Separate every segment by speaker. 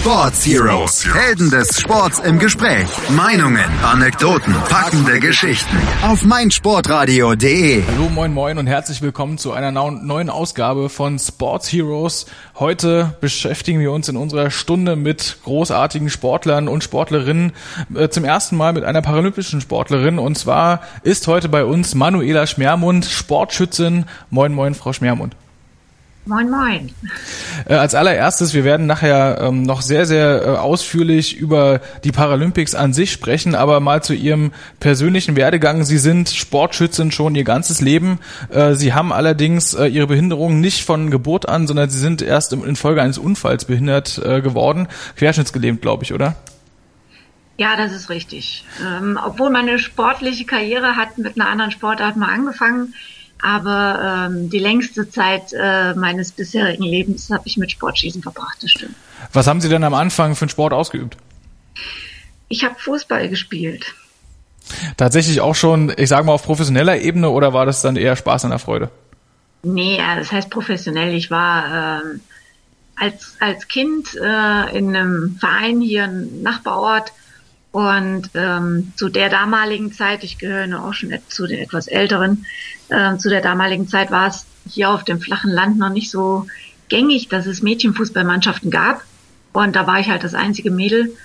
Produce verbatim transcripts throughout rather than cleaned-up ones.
Speaker 1: Sports Heroes. Helden des Sports im Gespräch. Meinungen, Anekdoten, packende Geschichten. Auf meinsportradio punkt de.
Speaker 2: Hallo, moin, moin und herzlich willkommen zu einer neuen Ausgabe von Sports Heroes. Heute beschäftigen wir uns in unserer Stunde mit großartigen Sportlern und Sportlerinnen. Äh, zum ersten Mal mit einer paralympischen Sportlerin. Und zwar ist heute bei uns Manuela Schmermund, Sportschützin. Moin, moin, Frau Schmermund.
Speaker 3: Moin, moin.
Speaker 2: Äh, als allererstes, wir werden nachher ähm, noch sehr, sehr äh, ausführlich über die Paralympics an sich sprechen, aber mal zu Ihrem persönlichen Werdegang. Sie sind Sportschützin schon Ihr ganzes Leben. Äh, Sie haben allerdings äh, Ihre Behinderung nicht von Geburt an, sondern Sie sind erst im, infolge eines Unfalls behindert äh, geworden. Querschnittsgelähmt, glaube ich, oder?
Speaker 3: Ja, das ist richtig. Ähm, obwohl meine sportliche Karriere hat mit einer anderen Sportart mal angefangen, aber ähm, die längste Zeit äh, meines bisherigen Lebens habe ich mit Sportschießen verbracht, das stimmt.
Speaker 2: Was haben Sie denn am Anfang für einen Sport ausgeübt?
Speaker 3: Ich habe Fußball gespielt.
Speaker 2: Tatsächlich auch schon, ich sage mal, auf professioneller Ebene, oder war das dann eher Spaß an der Freude?
Speaker 3: Nee, das heißt professionell. Ich war ähm, als als Kind äh, in einem Verein hier im Nachbarort. Und ähm, zu der damaligen Zeit, ich gehöre auch schon zu den etwas Älteren, äh, zu der damaligen Zeit war es hier auf dem flachen Land noch nicht so gängig, dass es Mädchenfußballmannschaften gab. Und da war ich halt das einzige Mädel.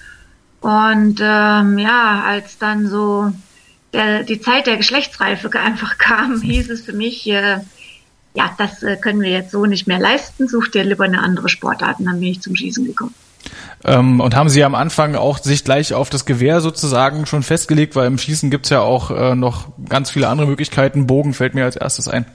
Speaker 3: Und ähm, ja, als dann so der, die Zeit der Geschlechtsreife einfach kam, hieß es für mich, äh, ja, das äh, können wir jetzt so nicht mehr leisten, such dir lieber eine andere Sportart. Und dann bin ich zum Schießen gekommen.
Speaker 2: Ähm, und haben Sie am Anfang auch sich gleich auf das Gewehr sozusagen schon festgelegt, weil im Schießen gibt's ja auch äh, noch ganz viele andere Möglichkeiten. Bogen fällt mir als erstes ein.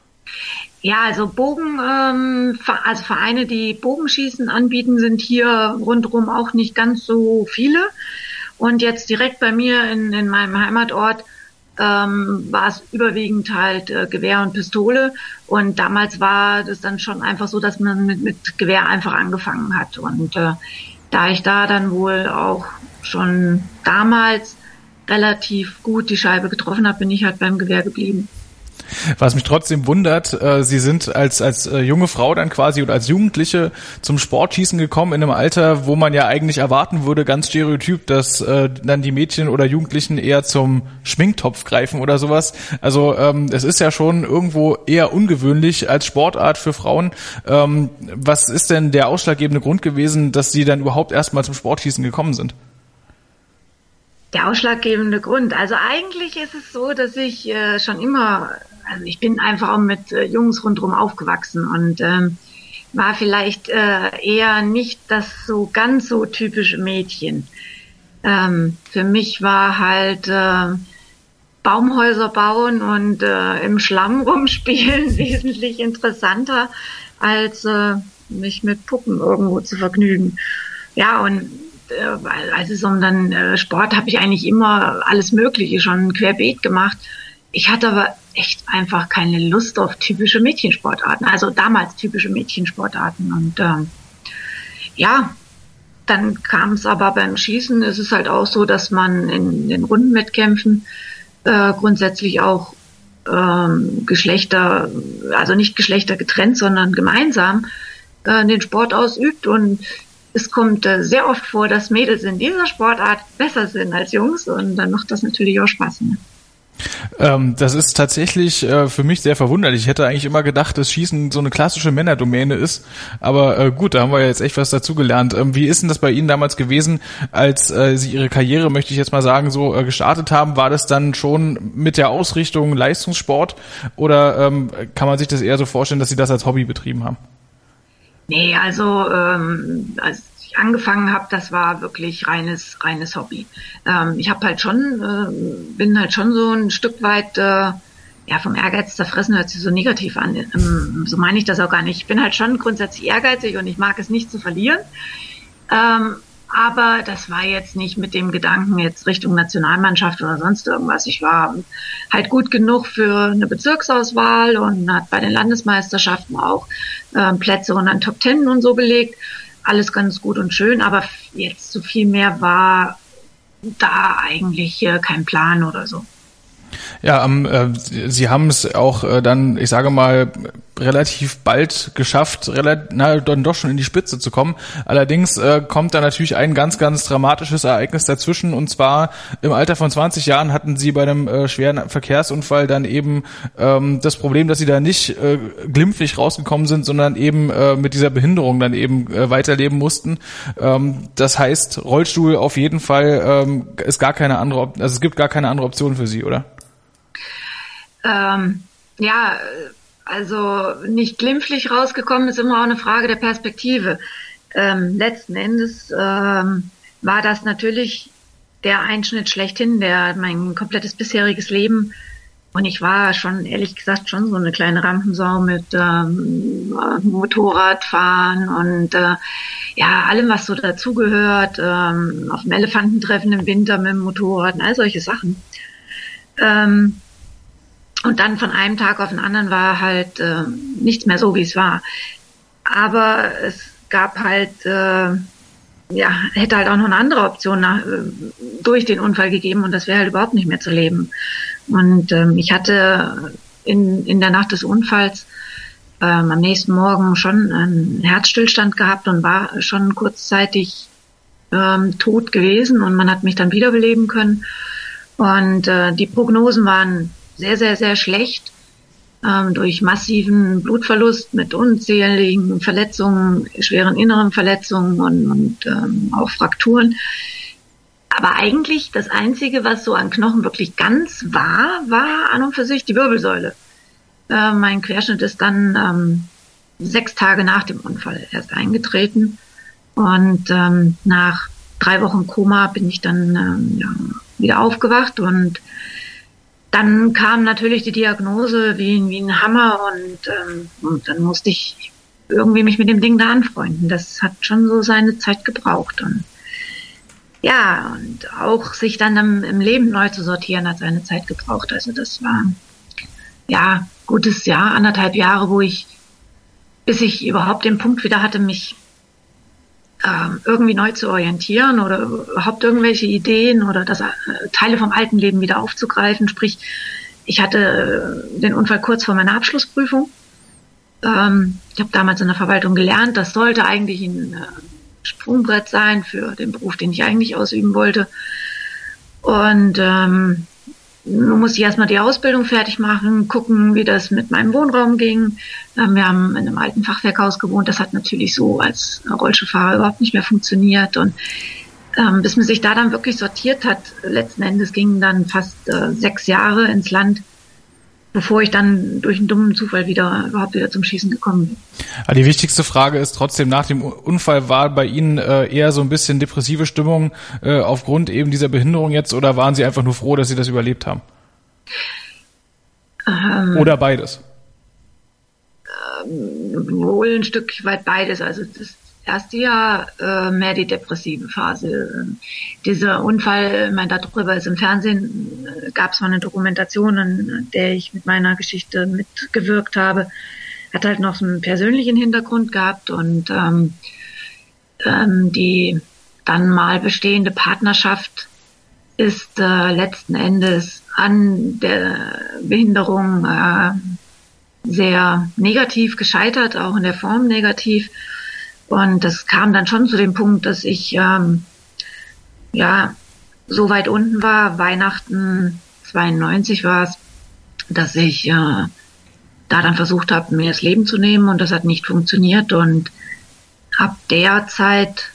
Speaker 3: Ja, also Bogen, ähm, also Vereine, die Bogenschießen anbieten, sind hier rundherum auch nicht ganz so viele. Und jetzt direkt bei mir in, in meinem Heimatort ähm, war es überwiegend halt äh, Gewehr und Pistole. Und damals war das dann schon einfach so, dass man mit, mit Gewehr einfach angefangen hat. Und äh, da ich da dann wohl auch schon damals relativ gut die Scheibe getroffen habe, bin ich halt beim Gewehr geblieben.
Speaker 2: Was mich trotzdem wundert, äh, Sie sind als als äh, junge Frau dann quasi oder als Jugendliche zum Sportschießen gekommen in einem Alter, wo man ja eigentlich erwarten würde, ganz stereotyp, dass äh, dann die Mädchen oder Jugendlichen eher zum Schminktopf greifen oder sowas. Also ähm, es ist ja schon irgendwo eher ungewöhnlich als Sportart für Frauen. Ähm, was ist denn der ausschlaggebende Grund gewesen, dass Sie dann überhaupt erstmal zum Sportschießen gekommen sind?
Speaker 3: Der ausschlaggebende Grund. Also eigentlich ist es so, dass ich äh, schon immer, also ich bin einfach auch mit äh, Jungs rundherum aufgewachsen und ähm, war vielleicht äh, eher nicht das so ganz so typische Mädchen. Ähm, für mich war halt äh, Baumhäuser bauen und äh, im Schlamm rumspielen wesentlich interessanter, als äh, mich mit Puppen irgendwo zu vergnügen. Ja, und als es um dann äh, Sport habe ich eigentlich immer alles Mögliche schon querbeet gemacht. Ich hatte aber echt einfach keine Lust auf typische Mädchensportarten, also damals typische Mädchensportarten. Und ähm, ja, dann kam es aber beim Schießen, ist es halt auch so, dass man in den Rundenwettkämpfen äh, grundsätzlich auch ähm, Geschlechter, also nicht Geschlechter getrennt, sondern gemeinsam äh, den Sport ausübt. Und es kommt äh, sehr oft vor, dass Mädels in dieser Sportart besser sind als Jungs und dann macht das natürlich auch Spaß. Ne?
Speaker 2: Ähm, das ist tatsächlich äh, für mich sehr verwunderlich. Ich hätte eigentlich immer gedacht, dass Schießen so eine klassische Männerdomäne ist. Aber äh, gut, da haben wir jetzt echt was dazugelernt. Ähm, wie ist denn das bei Ihnen damals gewesen, als äh, Sie Ihre Karriere, möchte ich jetzt mal sagen, so äh, gestartet haben? War das dann schon mit der Ausrichtung Leistungssport oder ähm, kann man sich das eher so vorstellen, dass Sie das als Hobby betrieben haben?
Speaker 3: Nee, also ähm, als ich angefangen habe, das war wirklich reines reines Hobby. Ähm, ich habe halt schon, äh, bin halt schon so ein Stück weit, äh, ja vom Ehrgeiz zerfressen, hört sich so negativ an. Ähm, so meine ich das auch gar nicht. Ich bin halt schon grundsätzlich ehrgeizig und ich mag es nicht zu verlieren. Ähm, aber das war jetzt nicht mit dem Gedanken jetzt Richtung Nationalmannschaft oder sonst irgendwas. Ich war halt gut genug für eine Bezirksauswahl und hat bei den Landesmeisterschaften auch äh, Plätze und dann Top Ten und so belegt. Alles ganz gut und schön, aber jetzt so viel mehr war da eigentlich äh, kein Plan oder so.
Speaker 2: Ja, ähm, äh, Sie haben es auch äh, dann, ich sage mal, relativ bald geschafft, relativ, na, dann doch schon in die Spitze zu kommen. Allerdings äh, kommt da natürlich ein ganz, ganz dramatisches Ereignis dazwischen, und zwar im Alter von zwanzig Jahren hatten Sie bei einem äh, schweren Verkehrsunfall dann eben ähm, das Problem, dass Sie da nicht äh, glimpflich rausgekommen sind, sondern eben äh, mit dieser Behinderung dann eben äh, weiterleben mussten. Ähm, das heißt, Rollstuhl auf jeden Fall ähm, ist gar keine andere, Op- also es gibt gar keine andere Option für Sie, oder?
Speaker 3: Ähm, ja, also nicht glimpflich rausgekommen ist immer auch eine Frage der Perspektive. Ähm, letzten Endes ähm, war das natürlich der Einschnitt schlechthin, der mein komplettes bisheriges Leben, und ich war schon, ehrlich gesagt, schon so eine kleine Rampensau mit ähm, Motorradfahren und äh, ja, allem, was so dazugehört, ähm, auf dem Elefantentreffen im Winter mit dem Motorrad und all solche Sachen. Ähm, Und dann von einem Tag auf den anderen war halt äh, nichts mehr so, wie es war. Aber es gab halt, äh, ja, hätte halt auch noch eine andere Option nach, äh, durch den Unfall gegeben, und das wäre halt überhaupt nicht mehr zu leben. Und ähm, ich hatte in, in der Nacht des Unfalls ähm, am nächsten Morgen schon einen Herzstillstand gehabt und war schon kurzzeitig ähm, tot gewesen, und man hat mich dann wiederbeleben können. Und äh, die Prognosen waren sehr, sehr, sehr schlecht, ähm, durch massiven Blutverlust mit unzähligen Verletzungen, schweren inneren Verletzungen und, und ähm, auch Frakturen. Aber eigentlich das Einzige, was so an Knochen wirklich ganz war, war an und für sich die Wirbelsäule. Äh, mein Querschnitt ist dann ähm, sechs Tage nach dem Unfall erst eingetreten, und ähm, nach drei Wochen Koma bin ich dann ähm, ja, wieder aufgewacht, und dann kam natürlich die Diagnose wie, wie ein Hammer, und, ähm, und dann musste ich irgendwie mich mit dem Ding da anfreunden. Das hat schon so seine Zeit gebraucht. Und ja, und auch sich dann im, im Leben neu zu sortieren hat seine Zeit gebraucht. Also das war, ja, gutes Jahr, anderthalb Jahre, wo ich, bis ich überhaupt den Punkt wieder hatte, mich ähm, irgendwie neu zu orientieren oder überhaupt irgendwelche Ideen oder das äh, Teile vom alten Leben wieder aufzugreifen. Sprich, ich hatte äh, den Unfall kurz vor meiner Abschlussprüfung. Ähm, ich habe damals in der Verwaltung gelernt, das sollte eigentlich ein äh, Sprungbrett sein für den Beruf, den ich eigentlich ausüben wollte. Und ähm, nun musste ich erstmal die Ausbildung fertig machen, gucken, wie das mit meinem Wohnraum ging. Ähm, wir haben in einem alten Fachwerkhaus gewohnt. Das hat natürlich so als Rollstuhlfahrer überhaupt nicht mehr funktioniert. Und ähm, bis man sich da dann wirklich sortiert hat, letzten Endes gingen dann fast äh, sechs Jahre ins Land, bevor ich dann durch einen dummen Zufall wieder überhaupt wieder zum Schießen gekommen bin.
Speaker 2: Aber die wichtigste Frage ist trotzdem, nach dem Unfall war bei Ihnen äh, eher so ein bisschen depressive Stimmung äh, aufgrund eben dieser Behinderung jetzt, oder waren Sie einfach nur froh, dass Sie das überlebt haben? Ähm, oder beides?
Speaker 3: Ähm, wohl ein Stück weit beides. Also das erste Jahr äh, mehr die depressive Phase. Dieser Unfall, ich meine, darüber ist im Fernsehen, äh, gab es mal eine Dokumentation, an der ich mit meiner Geschichte mitgewirkt habe, hat halt noch so einen persönlichen Hintergrund gehabt, und ähm, ähm, die dann mal bestehende Partnerschaft ist äh, letzten Endes an der Behinderung äh, sehr negativ gescheitert, auch in der Form negativ. Und das kam dann schon zu dem Punkt, dass ich ähm, ja so weit unten war, Weihnachten zweiundneunzig war es, dass ich äh, da dann versucht habe, mir das Leben zu nehmen, und das hat nicht funktioniert. Und ab der Zeit,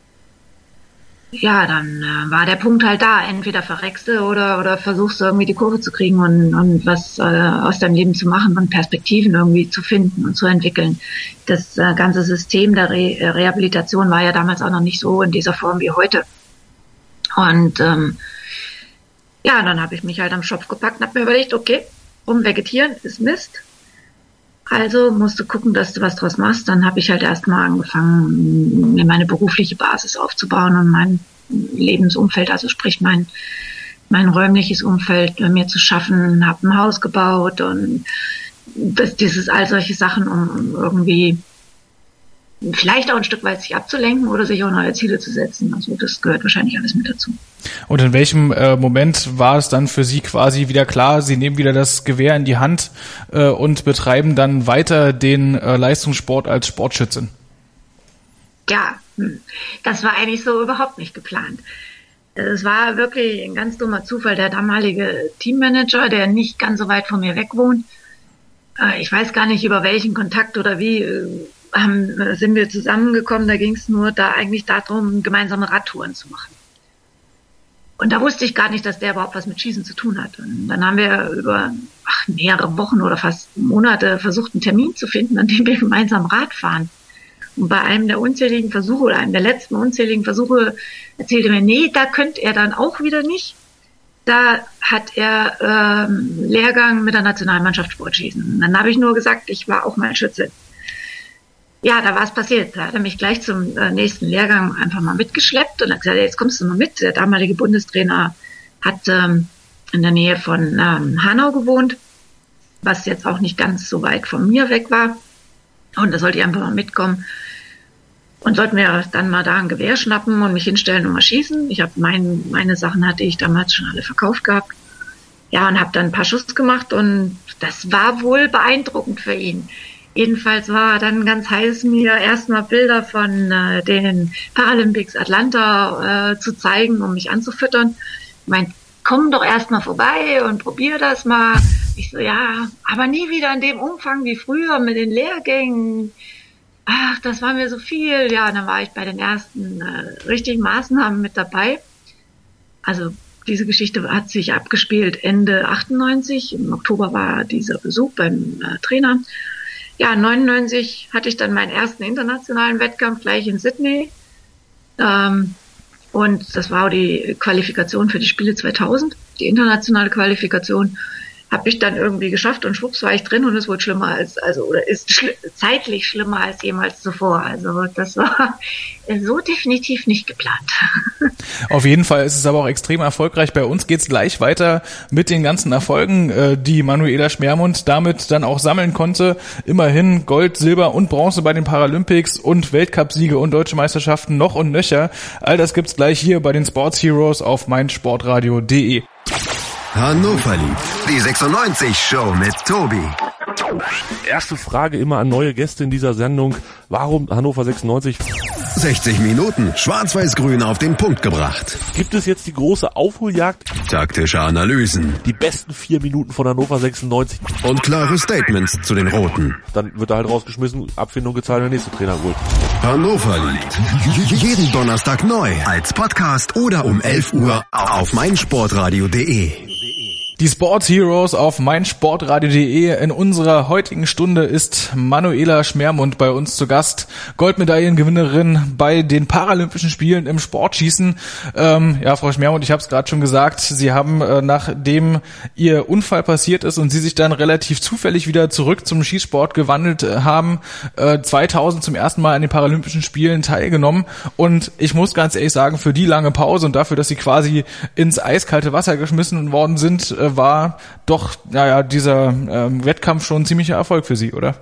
Speaker 3: ja, dann äh, war der Punkt halt da, entweder verreckst du oder, oder versuchst du irgendwie die Kurve zu kriegen und, und was äh, aus deinem Leben zu machen und Perspektiven irgendwie zu finden und zu entwickeln. Das äh, ganze System der Re- Rehabilitation war ja damals auch noch nicht so in dieser Form wie heute. Und ähm, ja, dann habe ich mich halt am Schopf gepackt und habe mir überlegt, okay, rumvegetieren ist Mist. Also musst du gucken, dass du was draus machst. Dann habe ich halt erstmal angefangen, mir meine berufliche Basis aufzubauen und mein Lebensumfeld, also sprich mein mein räumliches Umfeld mir zu schaffen. Habe ein Haus gebaut und das, dieses all solche Sachen, um, um irgendwie vielleicht auch ein Stück weit sich abzulenken oder sich auch neue Ziele zu setzen. Also das gehört wahrscheinlich alles mit dazu.
Speaker 2: Und in welchem äh, Moment war es dann für Sie quasi wieder klar, Sie nehmen wieder das Gewehr in die Hand äh, und betreiben dann weiter den äh, Leistungssport als Sportschützin?
Speaker 3: Ja, das war eigentlich so überhaupt nicht geplant. Es war wirklich ein ganz dummer Zufall. Der damalige Teammanager, der nicht ganz so weit von mir weg wohnt, äh, ich weiß gar nicht über welchen Kontakt oder wie, äh, haben, sind wir zusammengekommen. Da ging es nur da eigentlich darum, gemeinsame Radtouren zu machen. Und da wusste ich gar nicht, dass der überhaupt was mit Schießen zu tun hat. Und dann haben wir über ach, mehrere Wochen oder fast Monate versucht, einen Termin zu finden, an dem wir gemeinsam Rad fahren. Und bei einem der unzähligen Versuche oder einem der letzten unzähligen Versuche erzählte mir, nee, da könnte er dann auch wieder nicht. Da hat er ähm, Lehrgang mit der Nationalmannschaft Sportschießen. Und dann habe ich nur gesagt, ich war auch mal Schütze. Ja, da war es passiert. Da hat er mich gleich zum äh, nächsten Lehrgang einfach mal mitgeschleppt und hat gesagt, jetzt kommst du mal mit. Der damalige Bundestrainer hat ähm, in der Nähe von ähm, Hanau gewohnt, was jetzt auch nicht ganz so weit von mir weg war. Und da sollte ich einfach mal mitkommen. Und sollten wir dann mal da ein Gewehr schnappen und mich hinstellen und mal schießen. Ich habe mein, meine Sachen hatte ich damals schon alle verkauft gehabt. Ja, und habe dann ein paar Schuss gemacht und das war wohl beeindruckend für ihn. Jedenfalls war dann ganz heiß, mir erstmal Bilder von äh, den Paralympics Atlanta äh, zu zeigen, um mich anzufüttern. Ich meinte, komm doch erstmal vorbei und probier das mal. Ich so, ja, aber nie wieder in dem Umfang wie früher mit den Lehrgängen. Ach, das war mir so viel. Ja, und dann war ich bei den ersten äh, richtigen Maßnahmen mit dabei. Also diese Geschichte hat sich abgespielt Ende achtundneunzig. Im Oktober war dieser Besuch beim äh, Trainer. Ja, neunundneunzig hatte ich dann meinen ersten internationalen Wettkampf gleich in Sydney. Ähm, und das war auch die Qualifikation für die Spiele zweitausend, die internationale Qualifikation. Habe ich dann irgendwie geschafft und schwupps war ich drin und es wurde schlimmer als, also, oder ist schli- zeitlich schlimmer als jemals zuvor. Also das war so definitiv nicht geplant.
Speaker 2: Auf jeden Fall ist es aber auch extrem erfolgreich. Bei uns geht's gleich weiter mit den ganzen Erfolgen, die Manuela Schmermund damit dann auch sammeln konnte. Immerhin Gold, Silber und Bronze bei den Paralympics und Weltcupsiege und Deutsche Meisterschaften noch und nöcher. All das gibt's gleich hier bei den Sports Heroes auf meinsportradio punkt de.
Speaker 1: Hannover liebt die sechsundneunzig Show mit Tobi.
Speaker 4: Erste Frage immer an neue Gäste in dieser Sendung. Warum Hannover sechsundneunzig?
Speaker 1: sechzig Minuten schwarz-weiß-grün auf den Punkt gebracht.
Speaker 4: Gibt es jetzt die große Aufholjagd?
Speaker 1: Taktische Analysen.
Speaker 4: Die besten vier Minuten von Hannover sechsundneunzig.
Speaker 1: Und klare Statements zu den Roten.
Speaker 4: Dann wird er halt rausgeschmissen, Abfindung gezahlt, der nächste Trainer holt.
Speaker 1: Hannover liebt jeden Donnerstag neu als Podcast oder um elf Uhr auf meinsportradio punkt de.
Speaker 2: Die Sports Heroes auf meinsportradio punkt de. In unserer heutigen Stunde ist Manuela Schmermund bei uns zu Gast, Goldmedaillengewinnerin bei den Paralympischen Spielen im Sportschießen. Ähm, ja, Frau Schmermund, ich habe es gerade schon gesagt, Sie haben, äh, nachdem Ihr Unfall passiert ist und Sie sich dann relativ zufällig wieder zurück zum Schießsport gewandelt äh, haben, äh, zweitausend zum ersten Mal an den Paralympischen Spielen teilgenommen. Und ich muss ganz ehrlich sagen, für die lange Pause und dafür, dass Sie quasi ins eiskalte Wasser geschmissen worden sind, äh, war doch, naja, dieser ähm, Wettkampf schon ein ziemlicher Erfolg für Sie, oder?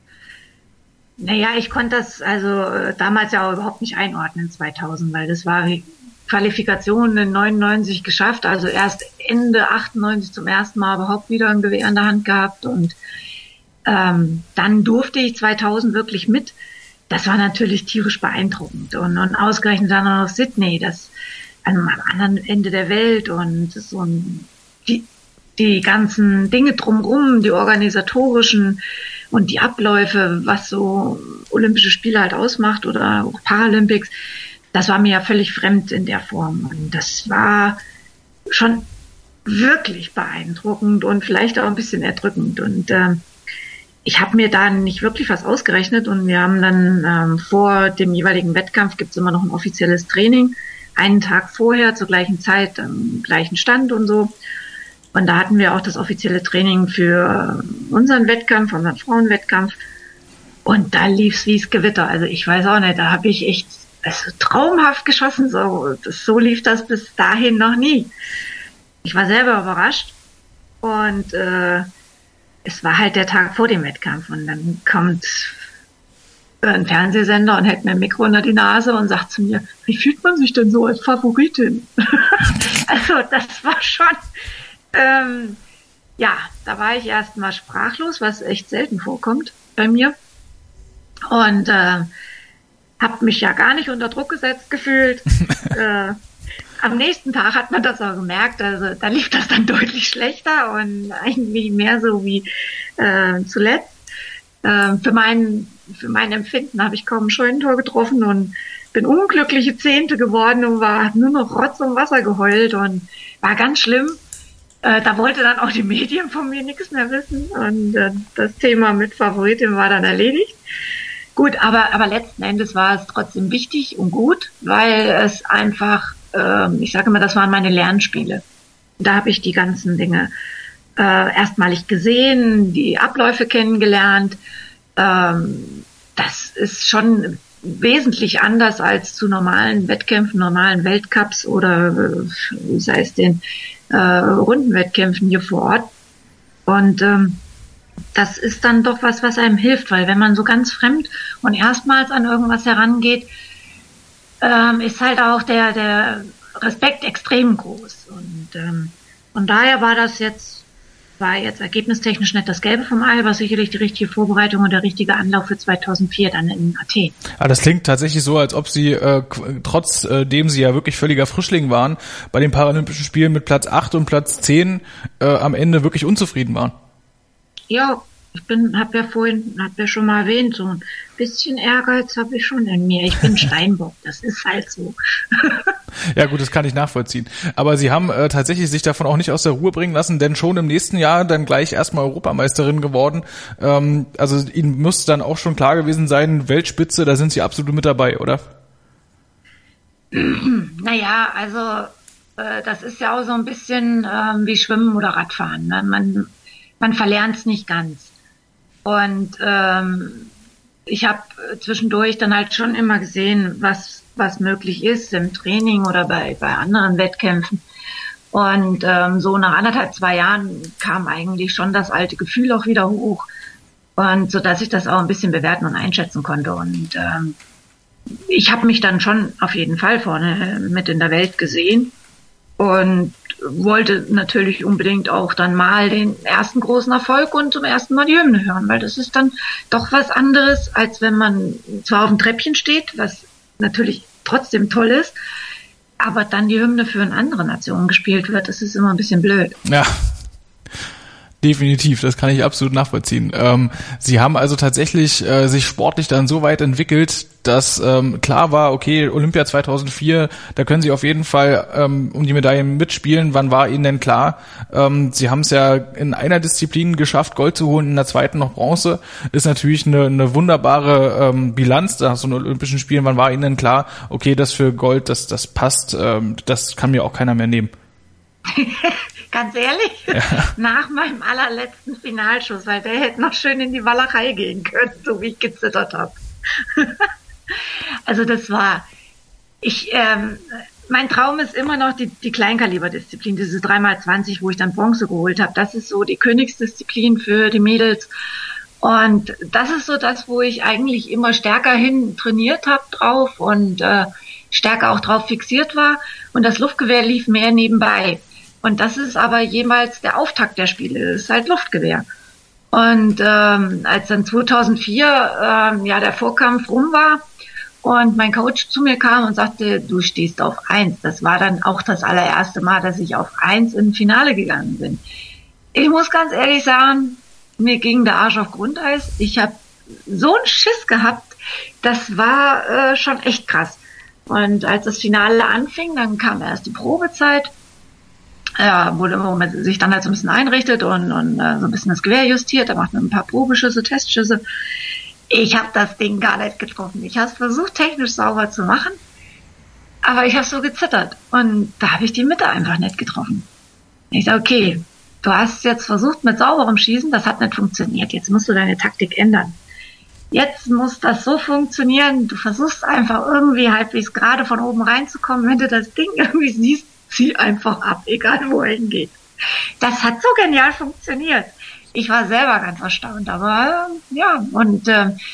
Speaker 3: Naja, ich konnte das also äh, damals ja auch überhaupt nicht einordnen, zweitausend, weil das war die Qualifikation in neunundneunzig geschafft, also erst Ende achtundneunzig zum ersten Mal überhaupt wieder ein Gewehr in der Hand gehabt und ähm, dann durfte ich zweitausend wirklich mit. Das war natürlich tierisch beeindruckend und, und ausgerechnet dann noch Sydney, das am anderen Ende der Welt und so ein Die, die ganzen Dinge drumherum, die organisatorischen und die Abläufe, was so Olympische Spiele halt ausmacht oder auch Paralympics, das war mir ja völlig fremd in der Form. Und das war schon wirklich beeindruckend und vielleicht auch ein bisschen erdrückend. Und äh, ich habe mir da nicht wirklich was ausgerechnet und wir haben dann ähm, vor dem jeweiligen Wettkampf gibt es immer noch ein offizielles Training, einen Tag vorher zur gleichen Zeit am gleichen Stand und so. Und da hatten wir auch das offizielle Training für unseren Wettkampf, unseren Frauenwettkampf. Und da lief's wie's Gewitter. Also ich weiß auch nicht, da habe ich echt also traumhaft geschossen. So, das, so lief das bis dahin noch nie. Ich war selber überrascht. Und äh, es war halt der Tag vor dem Wettkampf. Und dann kommt einen Fernsehsender und hält mir ein Mikro unter die Nase und sagt zu mir, wie fühlt man sich denn so als Favoritin? Also das war schon, ähm, ja, da war ich erst mal sprachlos, was echt selten vorkommt bei mir. Und äh, habe mich ja gar nicht unter Druck gesetzt gefühlt. äh, am nächsten Tag hat man das auch gemerkt, also da lief das dann deutlich schlechter und eigentlich mehr so wie äh, zuletzt. Äh, für mein, für mein Empfinden habe ich kaum ein Scheunentor getroffen und bin unglückliche Zehnte geworden und war nur noch Rotz und Wasser geheult und war ganz schlimm. Äh, da wollte dann auch die Medien von mir nichts mehr wissen und äh, das Thema mit Favoritin war dann erledigt. Gut, aber, aber letzten Endes war es trotzdem wichtig und gut, weil es einfach, ähm, ich sage immer, das waren meine Lernspiele. Da habe ich die ganzen Dinge äh, erstmalig gesehen, die Abläufe kennengelernt. Ähm, das ist schon wesentlich anders als zu normalen Wettkämpfen, normalen Weltcups oder äh, sei es den äh, Rundenwettkämpfen hier vor Ort. Und ähm, das ist dann doch was, was einem hilft, weil wenn man so ganz fremd und erstmals an irgendwas herangeht, ähm, ist halt auch der, der Respekt extrem groß. Und ähm, von daher war das jetzt, war jetzt ergebnistechnisch nicht das Gelbe vom Ei, war sicherlich die richtige Vorbereitung und der richtige Anlauf für zweitausendvier dann in Athen.
Speaker 2: Ah, das klingt tatsächlich so, als ob Sie, äh, trotzdem Sie ja wirklich völliger Frischling waren, bei den Paralympischen Spielen mit Platz acht und Platz zehn äh, am Ende wirklich unzufrieden waren.
Speaker 3: Ja, ich bin, hab ja vorhin, hab ja schon mal erwähnt, so ein bisschen Ehrgeiz habe ich schon in mir. Ich bin Steinbock, das ist halt so.
Speaker 2: Ja gut, das kann ich nachvollziehen. Aber Sie haben äh, tatsächlich sich davon auch nicht aus der Ruhe bringen lassen, denn schon im nächsten Jahr dann gleich erstmal Europameisterin geworden. Ähm, also Ihnen muss dann auch schon klar gewesen sein, Weltspitze, da sind Sie absolut mit dabei, oder?
Speaker 3: Naja, also äh, das ist ja auch so ein bisschen ähm, wie Schwimmen oder Radfahren. Ne? Man Man verlernt es nicht ganz. Und ähm, ich habe zwischendurch dann halt schon immer gesehen, was was möglich ist im Training oder bei bei anderen Wettkämpfen. Und ähm, so nach anderthalb, zwei Jahren kam eigentlich schon das alte Gefühl auch wieder hoch. Und so dass ich das auch ein bisschen bewerten und einschätzen konnte. Und ähm, ich habe mich dann schon auf jeden Fall vorne mit in der Welt gesehen. Und wollte natürlich unbedingt auch dann mal den ersten großen Erfolg und zum ersten Mal die Hymne hören, weil das ist dann doch was anderes, als wenn man zwar auf dem Treppchen steht, was natürlich trotzdem toll ist, aber dann die Hymne für eine andere Nation gespielt wird. Das ist immer ein bisschen blöd.
Speaker 2: Ja. Definitiv, das kann ich absolut nachvollziehen. Ähm, Sie haben also tatsächlich äh, sich sportlich dann so weit entwickelt, dass ähm, klar war, okay, Olympia zweitausendvier, da können Sie auf jeden Fall ähm, um die Medaillen mitspielen. Wann war Ihnen denn klar? Ähm, Sie haben es ja in einer Disziplin geschafft, Gold zu holen, in der zweiten noch Bronze. Ist natürlich eine, eine wunderbare ähm, Bilanz nach so einen Olympischen Spielen. Wann war Ihnen denn klar, okay, das für Gold, das, das passt, ähm, das kann mir auch keiner mehr nehmen?
Speaker 3: Ganz ehrlich, ja. Nach meinem allerletzten Finalschuss, weil der hätte noch schön in die Walachei gehen können, so wie ich gezittert habe. Also das war, ich, ähm, mein Traum ist immer noch die, die Kleinkaliberdisziplin, diese drei mal zwanzig, wo ich dann Bronze geholt habe. Das ist so die Königsdisziplin für die Mädels. Und das ist so das, wo ich eigentlich immer stärker hin trainiert habe drauf und äh, stärker auch drauf fixiert war. Und das Luftgewehr lief mehr nebenbei. Und das ist aber jemals der Auftakt der Spiele. Das ist halt Luftgewehr. Und ähm, als dann zweitausendvier ähm, ja der Vorkampf rum war und mein Coach zu mir kam und sagte, du stehst auf eins. Das war dann auch das allererste Mal, dass ich auf eins im Finale gegangen bin. Ich muss ganz ehrlich sagen, mir ging der Arsch auf Grundeis. Ich habe so einen Schiss gehabt. Das war äh, schon echt krass. Und als das Finale anfing, dann kam erst die Probezeit. Ja, wo, wo man sich dann halt so ein bisschen einrichtet und, und äh, so ein bisschen das Gewehr justiert, da macht man ein paar Probeschüsse, Testschüsse. Ich habe das Ding gar nicht getroffen. Ich habe es versucht, technisch sauber zu machen, aber ich habe so gezittert und da habe ich die Mitte einfach nicht getroffen. Ich sage, okay, du hast jetzt versucht mit sauberem Schießen, das hat nicht funktioniert, jetzt musst du deine Taktik ändern. Jetzt muss das so funktionieren, du versuchst einfach irgendwie halbwegs gerade von oben reinzukommen, wenn du das Ding irgendwie siehst, zieh einfach ab, egal wo er hingeht. Das hat so genial funktioniert. Ich war selber ganz erstaunt, aber äh, ja, und äh,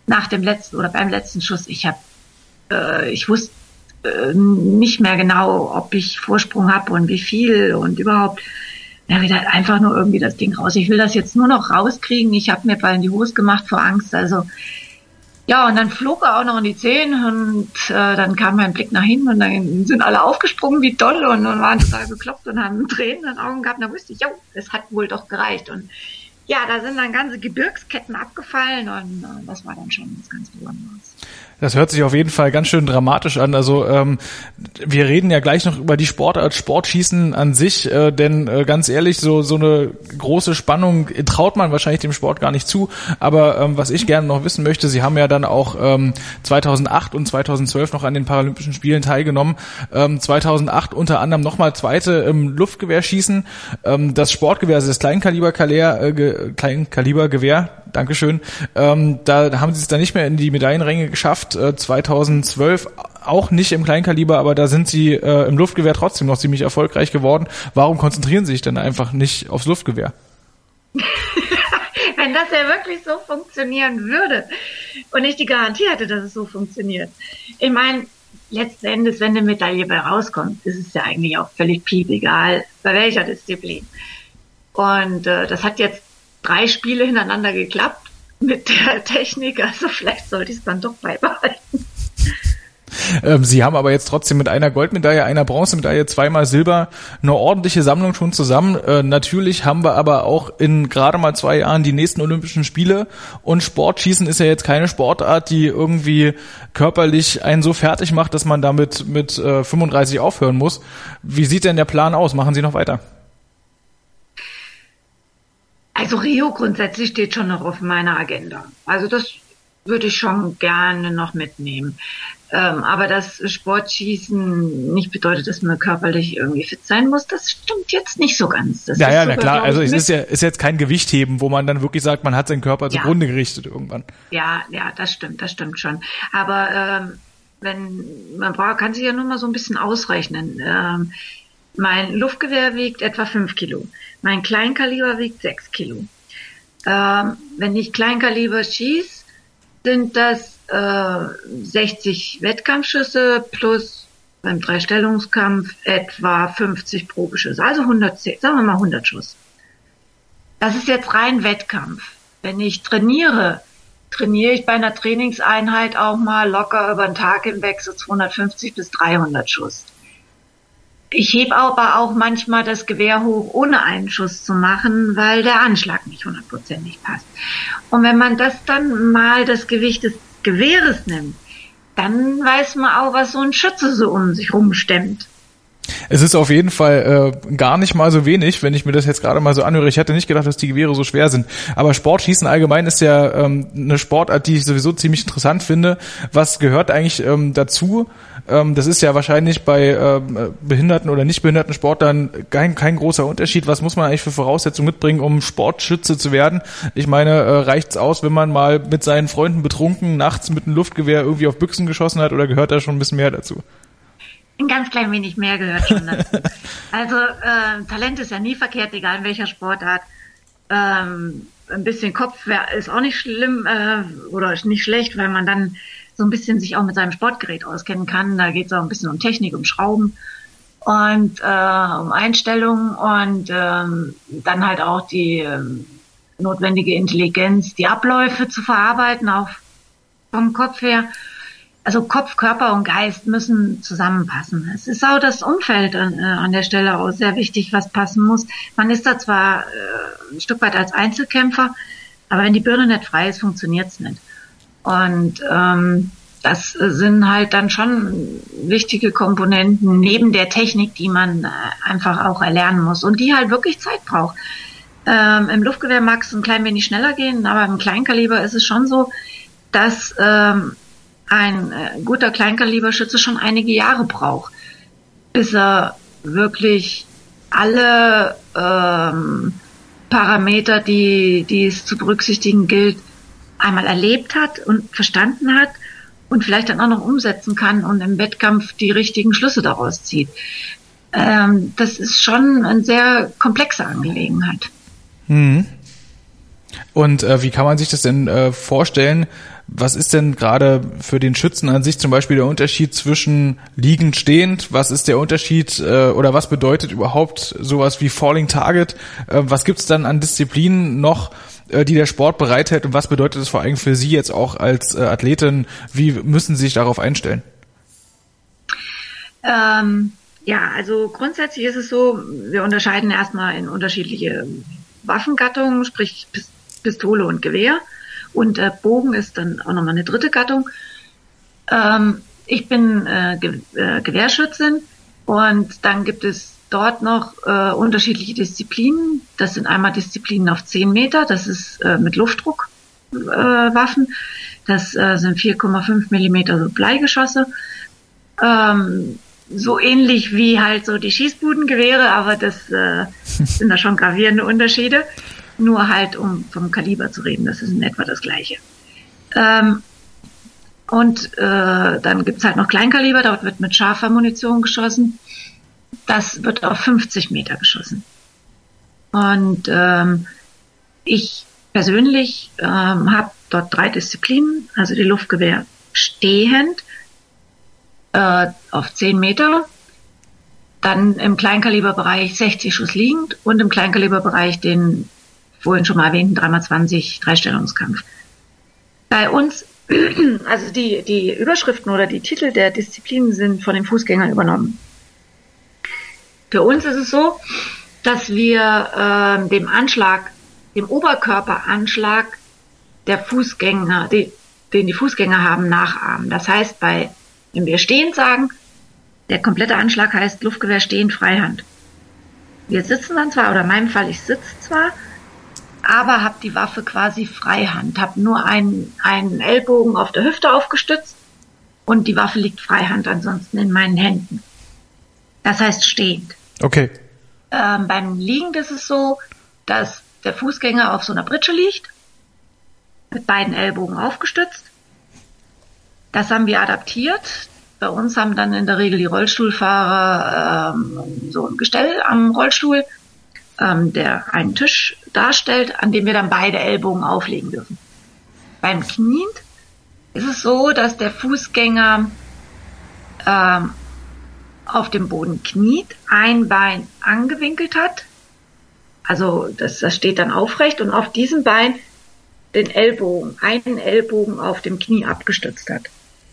Speaker 3: nach dem letzten oder beim letzten Schuss, ich habe, äh, ich wusste äh, nicht mehr genau, ob ich Vorsprung habe und wie viel und überhaupt. Ja, wieder einfach nur irgendwie das Ding raus. Ich will das jetzt nur noch rauskriegen. Ich habe mir bald in die Hose gemacht vor Angst. Also ja, und dann flog er auch noch in die Zehen und äh, dann kam mein Blick nach hinten und dann sind alle aufgesprungen wie doll und, und waren total bekloppt und haben Tränen in den Augen gehabt. Und da wusste ich, jo, es hat wohl doch gereicht. Und ja, da sind dann ganze Gebirgsketten abgefallen und äh, das war dann schon was ganz Besonderes.
Speaker 2: Das hört sich auf jeden Fall ganz schön dramatisch an. Also ähm, wir reden ja gleich noch über die Sportart Sportschießen an sich, äh, denn äh, ganz ehrlich, so so eine große Spannung traut man wahrscheinlich dem Sport gar nicht zu. Aber ähm, was ich gerne noch wissen möchte, Sie haben ja dann auch ähm, zweitausendacht und zweitausendzwölf noch an den Paralympischen Spielen teilgenommen. Ähm, zweitausendacht unter anderem nochmal Zweite im Luftgewehrschießen. Ähm, das Sportgewehr, also das Kleinkalibergewehr, äh, Ge- Kleinkalibergewehr, Dankeschön. Ähm, da haben Sie es dann nicht mehr in die Medaillenränge geschafft. Äh, zweitausendzwölf auch nicht im Kleinkaliber, aber da sind Sie äh, im Luftgewehr trotzdem noch ziemlich erfolgreich geworden. Warum konzentrieren Sie sich denn einfach nicht aufs Luftgewehr?
Speaker 3: Wenn das ja wirklich so funktionieren würde und ich die Garantie hätte, dass es so funktioniert. Ich meine, letzten Endes, wenn eine Medaille bei rauskommt, ist es ja eigentlich auch völlig piep egal, bei welcher Disziplin. Und äh, das hat jetzt drei Spiele hintereinander geklappt mit der Technik, also vielleicht sollte ich es dann doch beibehalten.
Speaker 2: Ähm, Sie haben aber jetzt trotzdem mit einer Goldmedaille, einer Bronzemedaille, zweimal Silber eine ordentliche Sammlung schon zusammen. Äh, natürlich haben wir aber auch in gerade mal zwei Jahren die nächsten Olympischen Spiele und Sportschießen ist ja jetzt keine Sportart, die irgendwie körperlich einen so fertig macht, dass man damit mit äh, fünfunddreißig aufhören muss. Wie sieht denn der Plan aus? Machen Sie noch weiter?
Speaker 3: Also Rio grundsätzlich steht schon noch auf meiner Agenda. Also das würde ich schon gerne noch mitnehmen. Ähm, aber dass Sportschießen nicht bedeutet, dass man körperlich irgendwie fit sein muss, das stimmt jetzt nicht so ganz. Das
Speaker 2: ja,
Speaker 3: ist
Speaker 2: ja,
Speaker 3: sogar,
Speaker 2: na klar. Also es
Speaker 3: mit.
Speaker 2: ist ja ist jetzt kein Gewichtheben, wo man dann wirklich sagt, man hat seinen Körper
Speaker 3: Ja.
Speaker 2: zugrunde gerichtet irgendwann.
Speaker 3: Ja, ja, das stimmt, das stimmt schon. Aber ähm, wenn man braucht, kann sich ja nur mal so ein bisschen ausrechnen. Ähm, mein Luftgewehr wiegt etwa fünf Kilo. Mein Kleinkaliber wiegt sechs Kilo. Ähm, wenn ich Kleinkaliber schieße, sind das äh, sechzig Wettkampfschüsse plus beim Dreistellungskampf etwa fünfzig Probeschüsse, also hundertzehn, sagen wir mal hundert Schuss. Das ist jetzt rein Wettkampf. Wenn ich trainiere, trainiere ich bei einer Trainingseinheit auch mal locker über den Tag hinweg so zweihundertfünfzig bis dreihundert Schuss. Ich hebe aber auch manchmal das Gewehr hoch, ohne einen Schuss zu machen, weil der Anschlag nicht hundertprozentig passt. Und wenn man das dann mal das Gewicht des Gewehres nimmt, dann weiß man auch, was so ein Schütze so um sich rumstemmt.
Speaker 2: Es ist auf jeden Fall äh, gar nicht mal so wenig, wenn ich mir das jetzt gerade mal so anhöre. Ich hätte nicht gedacht, dass die Gewehre so schwer sind. Aber Sportschießen allgemein ist ja ähm, eine Sportart, die ich sowieso ziemlich interessant finde. Was gehört eigentlich ähm, dazu? Ähm, das ist ja wahrscheinlich bei ähm, behinderten oder nicht behinderten Sportlern kein, kein großer Unterschied. Was muss man eigentlich für Voraussetzungen mitbringen, um Sportschütze zu werden? Ich meine, äh, reicht's aus, wenn man mal mit seinen Freunden betrunken nachts mit einem Luftgewehr irgendwie auf Büchsen geschossen hat, oder gehört da schon ein bisschen mehr dazu?
Speaker 3: Ein ganz klein wenig mehr gehört schon dazu. Also äh, Talent ist ja nie verkehrt, egal in welcher Sportart. Ähm, ein bisschen Kopf wär, ist auch nicht schlimm äh, oder nicht schlecht, weil man dann so ein bisschen sich auch mit seinem Sportgerät auskennen kann. Da geht es auch ein bisschen um Technik, um Schrauben und äh, um Einstellungen und ähm, dann halt auch die ähm, notwendige Intelligenz, die Abläufe zu verarbeiten, auch vom Kopf her. Also Kopf, Körper und Geist müssen zusammenpassen. Es ist auch das Umfeld an, äh, an der Stelle auch sehr wichtig, was passen muss. Man ist da zwar äh, ein Stück weit als Einzelkämpfer, aber wenn die Birne nicht frei ist, funktioniert's nicht. Und ähm, das sind halt dann schon wichtige Komponenten neben der Technik, die man äh, einfach auch erlernen muss und die halt wirklich Zeit braucht. Ähm, im Luftgewehr mag es ein klein wenig schneller gehen, aber im Kleinkaliber ist es schon so, dass ähm, ein äh, guter Kleinkaliberschütze schon einige Jahre braucht, bis er wirklich alle ähm, Parameter, die, die es zu berücksichtigen gilt, einmal erlebt hat und verstanden hat und vielleicht dann auch noch umsetzen kann und im Wettkampf die richtigen Schlüsse daraus zieht. Ähm, das ist schon eine sehr komplexe Angelegenheit.
Speaker 2: Mhm. Und äh, wie kann man sich das denn äh, vorstellen? Was ist denn gerade für den Schützen an sich zum Beispiel der Unterschied zwischen liegend, stehend? Was ist der Unterschied äh, oder was bedeutet überhaupt sowas wie Falling Target? Äh, was gibt's dann an Disziplinen noch, äh, die der Sport bereithält und was bedeutet es vor allem für Sie jetzt auch als äh, Athletin? Wie müssen Sie sich darauf einstellen?
Speaker 3: Ähm, ja, also grundsätzlich ist es so, wir unterscheiden erstmal in unterschiedliche Waffengattungen, sprich Pistole und Gewehr. Und äh, Bogen ist dann auch nochmal eine dritte Gattung. Ähm, ich bin äh, Ge- äh, Gewehrschützin und dann gibt es dort noch äh, unterschiedliche Disziplinen. Das sind einmal Disziplinen auf zehn Meter, das ist äh, mit Luftdruckwaffen. Äh, das äh, sind vier Komma fünf Millimeter so Bleigeschosse. Ähm, so ähnlich wie halt so die Schießbudengewehre, aber das äh, sind da schon gravierende Unterschiede. Nur halt, um vom Kaliber zu reden, das ist in etwa das Gleiche. Ähm, und äh, dann gibt's halt noch Kleinkaliber, dort wird mit scharfer Munition geschossen. Das wird auf fünfzig Meter geschossen. Und ähm, ich persönlich ähm, habe dort drei Disziplinen, also die Luftgewehr stehend äh, auf zehn Meter, dann im Kleinkaliberbereich sechzig Schuss liegend und im Kleinkaliberbereich den vorhin schon mal erwähnten drei mal zwanzig Dreistellungskampf. Bei uns, also die, die Überschriften oder die Titel der Disziplinen sind von den Fußgängern übernommen. Für uns ist es so, dass wir äh, dem Anschlag, dem Oberkörperanschlag der Fußgänger, die, den die Fußgänger haben, nachahmen. Das heißt, bei, wenn wir stehend sagen, der komplette Anschlag heißt Luftgewehr stehend, Freihand. Wir sitzen dann zwar, oder in meinem Fall, ich sitze zwar, aber habe die Waffe quasi Freihand, habe nur einen, einen Ellbogen auf der Hüfte aufgestützt und die Waffe liegt Freihand ansonsten in meinen Händen. Das heißt stehend.
Speaker 2: Okay.
Speaker 3: Ähm, beim Liegend ist es so, dass der Fußgänger auf so einer Pritsche liegt, mit beiden Ellbogen aufgestützt. Das haben wir adaptiert. Bei uns haben dann in der Regel die Rollstuhlfahrer ähm, so ein Gestell am Rollstuhl, ähm, der einen Tisch darstellt, an dem wir dann beide Ellbogen auflegen dürfen. Beim Knien ist es so, dass der Fußgänger ähm, auf dem Boden kniet, ein Bein angewinkelt hat, also das, das steht dann aufrecht und auf diesem Bein den Ellbogen, einen Ellbogen auf dem Knie abgestützt hat.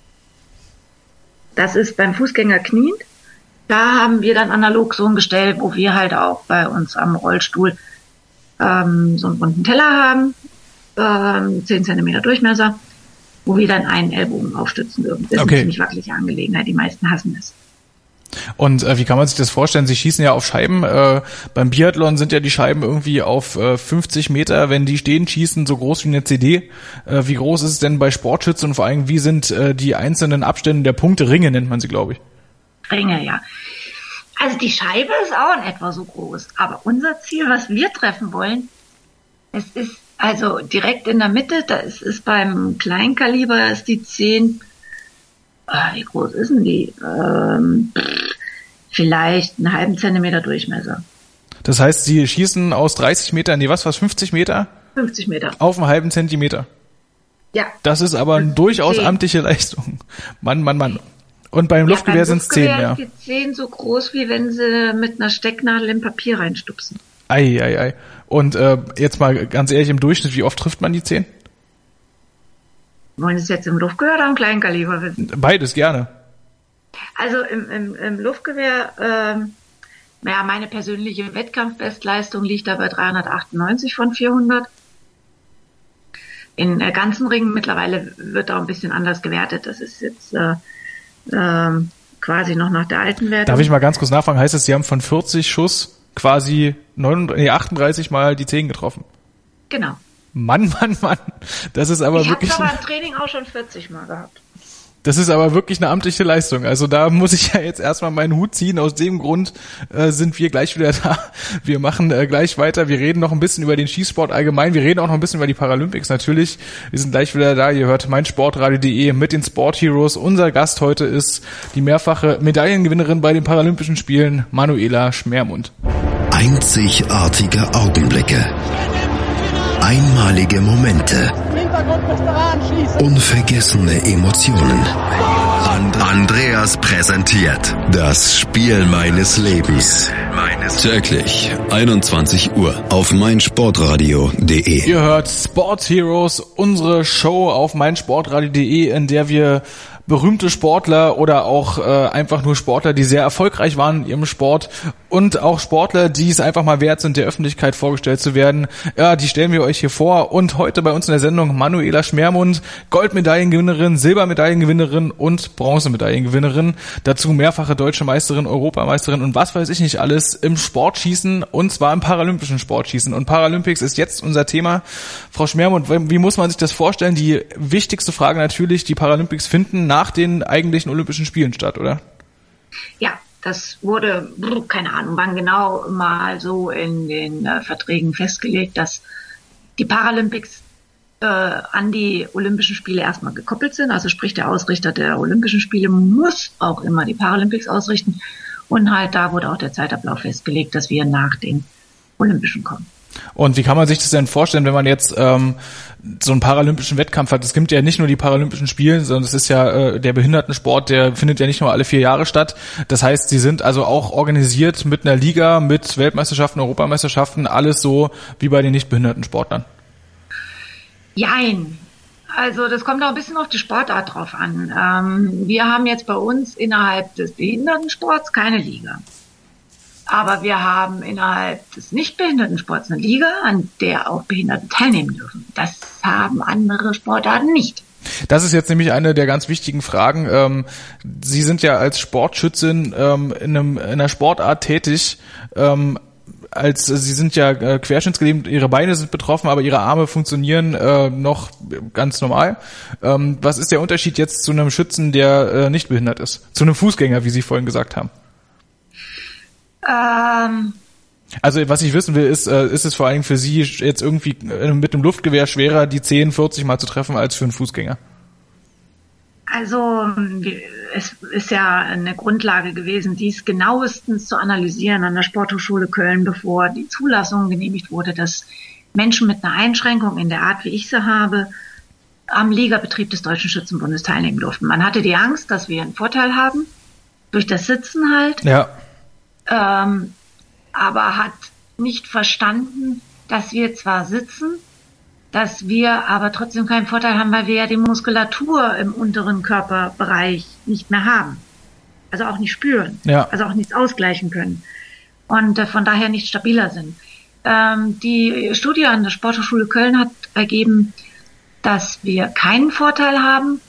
Speaker 3: Das ist beim Fußgänger kniend. Da haben wir dann analog so ein Gestell, wo wir halt auch bei uns am Rollstuhl ähm, so einen runden Teller haben, ähm, zehn Zentimeter Durchmesser, wo wir dann einen Ellbogen aufstützen dürfen. Das ist
Speaker 2: okay.
Speaker 3: Eine ziemlich wackelige Angelegenheit, die meisten hassen es.
Speaker 2: Und äh, wie kann man sich das vorstellen? Sie schießen ja auf Scheiben. Äh, beim Biathlon sind ja die Scheiben irgendwie auf äh, fünfzig Meter, wenn die stehen schießen, so groß wie eine C D. Äh, wie groß ist es denn bei Sportschützen und vor allem, wie sind äh, die einzelnen Abstände der Punkte? Ringe nennt man sie, glaube ich.
Speaker 3: Ringe, ja. Also die Scheibe ist auch in etwa so groß. Aber unser Ziel, was wir treffen wollen, es ist also direkt in der Mitte, da ist es beim Kleinkaliber, ist die zehn, ah, wie groß ist denn die? Ähm, vielleicht einen halben Zentimeter Durchmesser.
Speaker 2: Das heißt, Sie schießen aus dreißig Meter, nee, was, was, fünfzig Meter?
Speaker 3: fünfzig Meter.
Speaker 2: Auf einen halben Zentimeter.
Speaker 3: Ja.
Speaker 2: Das ist aber eine durchaus
Speaker 3: zehn.
Speaker 2: amtliche Leistung. Mann, Mann, Mann. Und beim
Speaker 3: Ja,
Speaker 2: Luftgewehr sind es zehn, ja.
Speaker 3: Die zehn so groß, wie wenn sie mit einer Stecknadel in Papier reinstupsen.
Speaker 2: Ei, ei, ei. Und äh, jetzt mal ganz ehrlich, im Durchschnitt, wie oft trifft man die zehn?
Speaker 3: Wollen Sie es jetzt im Luftgewehr oder im Kleinkaliber wissen?
Speaker 2: Beides, gerne.
Speaker 3: Also im, im, im Luftgewehr, ähm, naja, meine persönliche Wettkampfbestleistung liegt da bei dreihundertachtundneunzig von vierhundert. In äh, ganzen Ringen mittlerweile wird auch ein bisschen anders gewertet. Das ist jetzt äh, äh, quasi noch nach der alten Wertung.
Speaker 2: Darf ich mal ganz kurz nachfragen? Heißt es, Sie haben von vierzig Schuss quasi neununddreißig, nee, achtunddreißig Mal die zehn getroffen?
Speaker 3: Genau.
Speaker 2: Mann, Mann, Mann. Das ist aber
Speaker 3: ich
Speaker 2: wirklich...
Speaker 3: Ich habe aber im Training auch schon vierzig Mal gehabt.
Speaker 2: Das ist aber wirklich eine amtliche Leistung. Also da muss ich ja jetzt erstmal meinen Hut ziehen. Aus dem Grund äh, sind wir gleich wieder da. Wir machen äh, gleich weiter. Wir reden noch ein bisschen über den Schießsport allgemein. Wir reden auch noch ein bisschen über die Paralympics natürlich. Wir sind gleich wieder da. Ihr hört meinsportradio punkt de mit den Sport Heroes. Unser Gast heute ist die mehrfache Medaillengewinnerin bei den Paralympischen Spielen, Manuela Schmermund.
Speaker 1: Einzigartige Augenblicke. Einmalige Momente. Unvergessene Emotionen. And- Andreas präsentiert das Spiel meines Lebens. Täglich einundzwanzig Uhr auf meinsportradio punkt de.
Speaker 2: Ihr hört Sports Heroes, unsere Show auf meinsportradio punkt de, in der wir berühmte Sportler oder auch äh, einfach nur Sportler, die sehr erfolgreich waren in ihrem Sport und auch Sportler, die es einfach mal wert sind, der Öffentlichkeit vorgestellt zu werden. Ja, die stellen wir euch hier vor. Und heute bei uns in der Sendung Manuela Schmermund, Goldmedaillengewinnerin, Silbermedaillengewinnerin und Bronzemedaillengewinnerin. Dazu mehrfache deutsche Meisterin, Europameisterin und was weiß ich nicht alles im Sportschießen, und zwar im paralympischen Sportschießen. Und Paralympics ist jetzt unser Thema. Frau Schmermund, wie muss man sich das vorstellen? Die wichtigste Frage natürlich, die Paralympics finden nach nach den eigentlichen Olympischen Spielen statt, oder?
Speaker 3: Ja, das wurde, keine Ahnung, wann genau mal so in den äh, Verträgen festgelegt, dass die Paralympics äh, an die Olympischen Spiele erstmal gekoppelt sind. Also sprich, der Ausrichter der Olympischen Spiele muss auch immer die Paralympics ausrichten. Und halt da wurde auch der Zeitablauf festgelegt, dass wir nach den Olympischen kommen.
Speaker 2: Und wie kann man sich das denn vorstellen, wenn man jetzt ähm, so einen paralympischen Wettkampf hat? Es gibt ja nicht nur die Paralympischen Spiele, sondern es ist ja äh, der Behindertensport, der findet ja nicht nur alle vier Jahre statt. Das heißt, sie sind also auch organisiert mit einer Liga, mit Weltmeisterschaften, Europameisterschaften, alles so wie bei den Nichtbehindertensportlern.
Speaker 3: Jein. Also das kommt auch ein bisschen auf die Sportart drauf an. Ähm, wir haben jetzt bei uns innerhalb des Behindertensports keine Liga. Aber wir haben innerhalb des Nichtbehindertensports eine Liga, an der auch Behinderte teilnehmen dürfen. Das haben andere Sportarten nicht.
Speaker 2: Das ist jetzt nämlich eine der ganz wichtigen Fragen. Ähm, Sie sind ja als Sportschützin ähm, in, einem, in einer Sportart tätig. Ähm, als Sie sind ja äh, querschnittsgelähmt, Ihre Beine sind betroffen, aber Ihre Arme funktionieren äh, noch ganz normal. Ähm, was ist der Unterschied jetzt zu einem Schützen, der äh, nicht behindert ist? Zu einem Fußgänger, wie Sie vorhin gesagt haben?
Speaker 3: Ähm,
Speaker 2: also was ich wissen will, ist, äh, ist es vor allem für Sie jetzt irgendwie mit einem Luftgewehr schwerer, die zehn, vierzig Mal zu treffen, als für einen Fußgänger?
Speaker 3: Also es ist ja eine Grundlage gewesen, dies genauestens zu analysieren an der Sporthochschule Köln, bevor die Zulassung genehmigt wurde, dass Menschen mit einer Einschränkung in der Art, wie ich sie habe, am Ligabetrieb des Deutschen Schützenbundes teilnehmen durften. Man hatte die Angst, dass wir einen Vorteil haben, durch das Sitzen halt.
Speaker 2: Ja.
Speaker 3: Ähm, aber hat nicht verstanden, dass wir zwar sitzen, dass wir aber trotzdem keinen Vorteil haben, weil wir ja die Muskulatur im unteren Körperbereich nicht mehr haben. Also auch nicht spüren.
Speaker 2: Ja.
Speaker 3: Also auch nichts ausgleichen können. Und äh, von daher nicht stabiler sind. Ähm, die Studie an der Sporthochschule Köln hat ergeben, dass wir keinen Vorteil haben.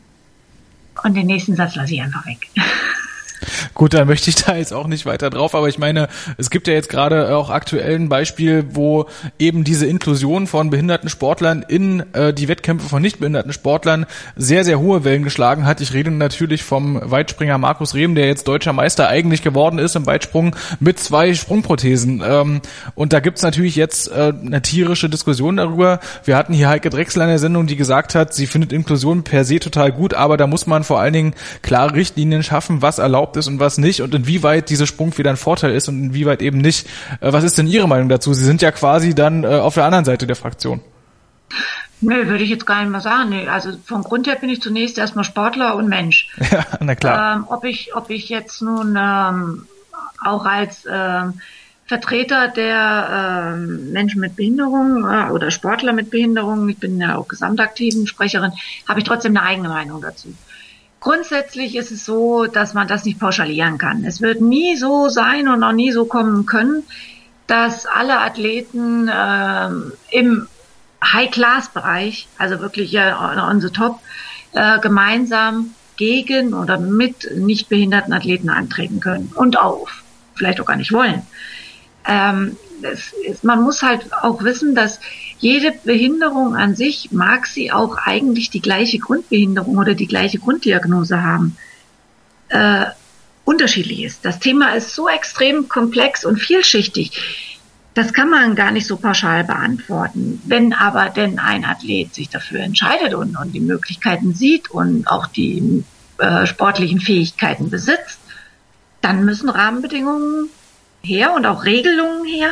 Speaker 3: Und den nächsten Satz lasse ich einfach weg.
Speaker 2: Gut, dann möchte ich da jetzt auch nicht weiter drauf, aber ich meine, es gibt ja jetzt gerade auch aktuell ein Beispiel, wo eben diese Inklusion von behinderten Sportlern in äh, die Wettkämpfe von nicht behinderten Sportlern sehr, sehr hohe Wellen geschlagen hat. Ich rede natürlich vom Weitspringer Markus Rehm, der jetzt deutscher Meister eigentlich geworden ist im Weitsprung mit zwei Sprungprothesen. Ähm, und da gibt's natürlich jetzt äh, eine tierische Diskussion darüber. Wir hatten hier Heike Drechsler in der Sendung, die gesagt hat, sie findet Inklusion per se total gut, aber da muss man vor allen Dingen klare Richtlinien schaffen, was erlaubt ist und was nicht und inwieweit diese Sprungfeder ein Vorteil ist und inwieweit eben nicht. Was ist denn Ihre Meinung dazu? Sie sind ja quasi dann äh, auf der anderen Seite der Fraktion.
Speaker 3: Nö, würde ich jetzt gar nicht mal sagen. Nee, also vom Grund her bin ich zunächst erstmal Sportler und Mensch.
Speaker 2: Ja, na klar.
Speaker 3: Ähm, ob ich, ob ich jetzt nun ähm, auch als ähm, Vertreter der ähm, Menschen mit Behinderung äh, oder Sportler mit Behinderung, ich bin ja auch gesamtaktiven Sprecherin, habe ich trotzdem eine eigene Meinung dazu. Grundsätzlich ist es so, dass man das nicht pauschalieren kann. Es wird nie so sein und auch nie so kommen können, dass alle Athleten ähm, im High-Class-Bereich, also wirklich ja on the top, äh, gemeinsam gegen oder mit nicht behinderten Athleten antreten können und auch vielleicht auch gar nicht wollen. Ähm, es ist, man muss halt auch wissen, dass jede Behinderung an sich, mag sie auch eigentlich die gleiche Grundbehinderung oder die gleiche Grunddiagnose haben, äh, unterschiedlich ist. Das Thema ist so extrem komplex und vielschichtig, das kann man gar nicht so pauschal beantworten. Wenn aber denn ein Athlet sich dafür entscheidet und, und die Möglichkeiten sieht und auch die äh, sportlichen Fähigkeiten besitzt, dann müssen Rahmenbedingungen her und auch Regelungen her,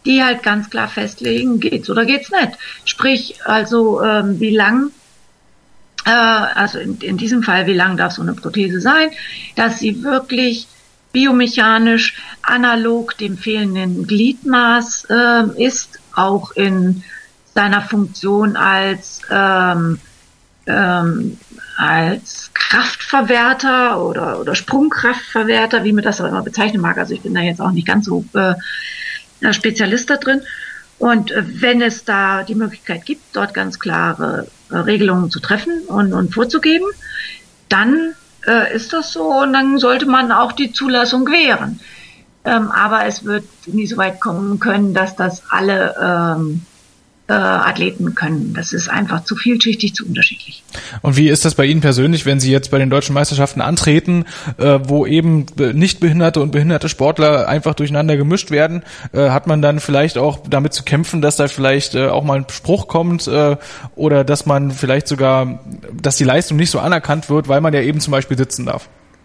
Speaker 3: die halt ganz klar festlegen, geht's oder geht's nicht. Sprich, also ähm, wie lang, äh, also in, in diesem Fall, wie lang darf so eine Prothese sein, dass sie wirklich biomechanisch analog dem fehlenden Gliedmaß äh, ist, auch in seiner Funktion als ähm, ähm, als Kraftverwerter oder oder Sprungkraftverwerter, wie man das auch immer bezeichnen mag. Also ich bin da jetzt auch nicht ganz so äh, Spezialist da drin. Und äh, wenn es da die Möglichkeit gibt, dort ganz klare äh, Regelungen zu treffen und, und vorzugeben, dann äh, ist das so und dann sollte man auch die Zulassung gewähren. Ähm, aber es wird nie so weit kommen können, dass das alle ähm, äh, Athleten können. Das ist einfach zu vielschichtig, zu unterschiedlich.
Speaker 2: Und wie ist das bei Ihnen persönlich, wenn Sie jetzt bei den deutschen Meisterschaften antreten, äh, wo eben Nichtbehinderte und behinderte Sportler einfach durcheinander gemischt werden? Äh, hat man dann vielleicht auch damit zu kämpfen, dass da vielleicht äh, auch mal ein Spruch kommt äh, oder dass man vielleicht sogar, dass die Leistung nicht so anerkannt wird, weil man ja eben zum Beispiel sitzen darf?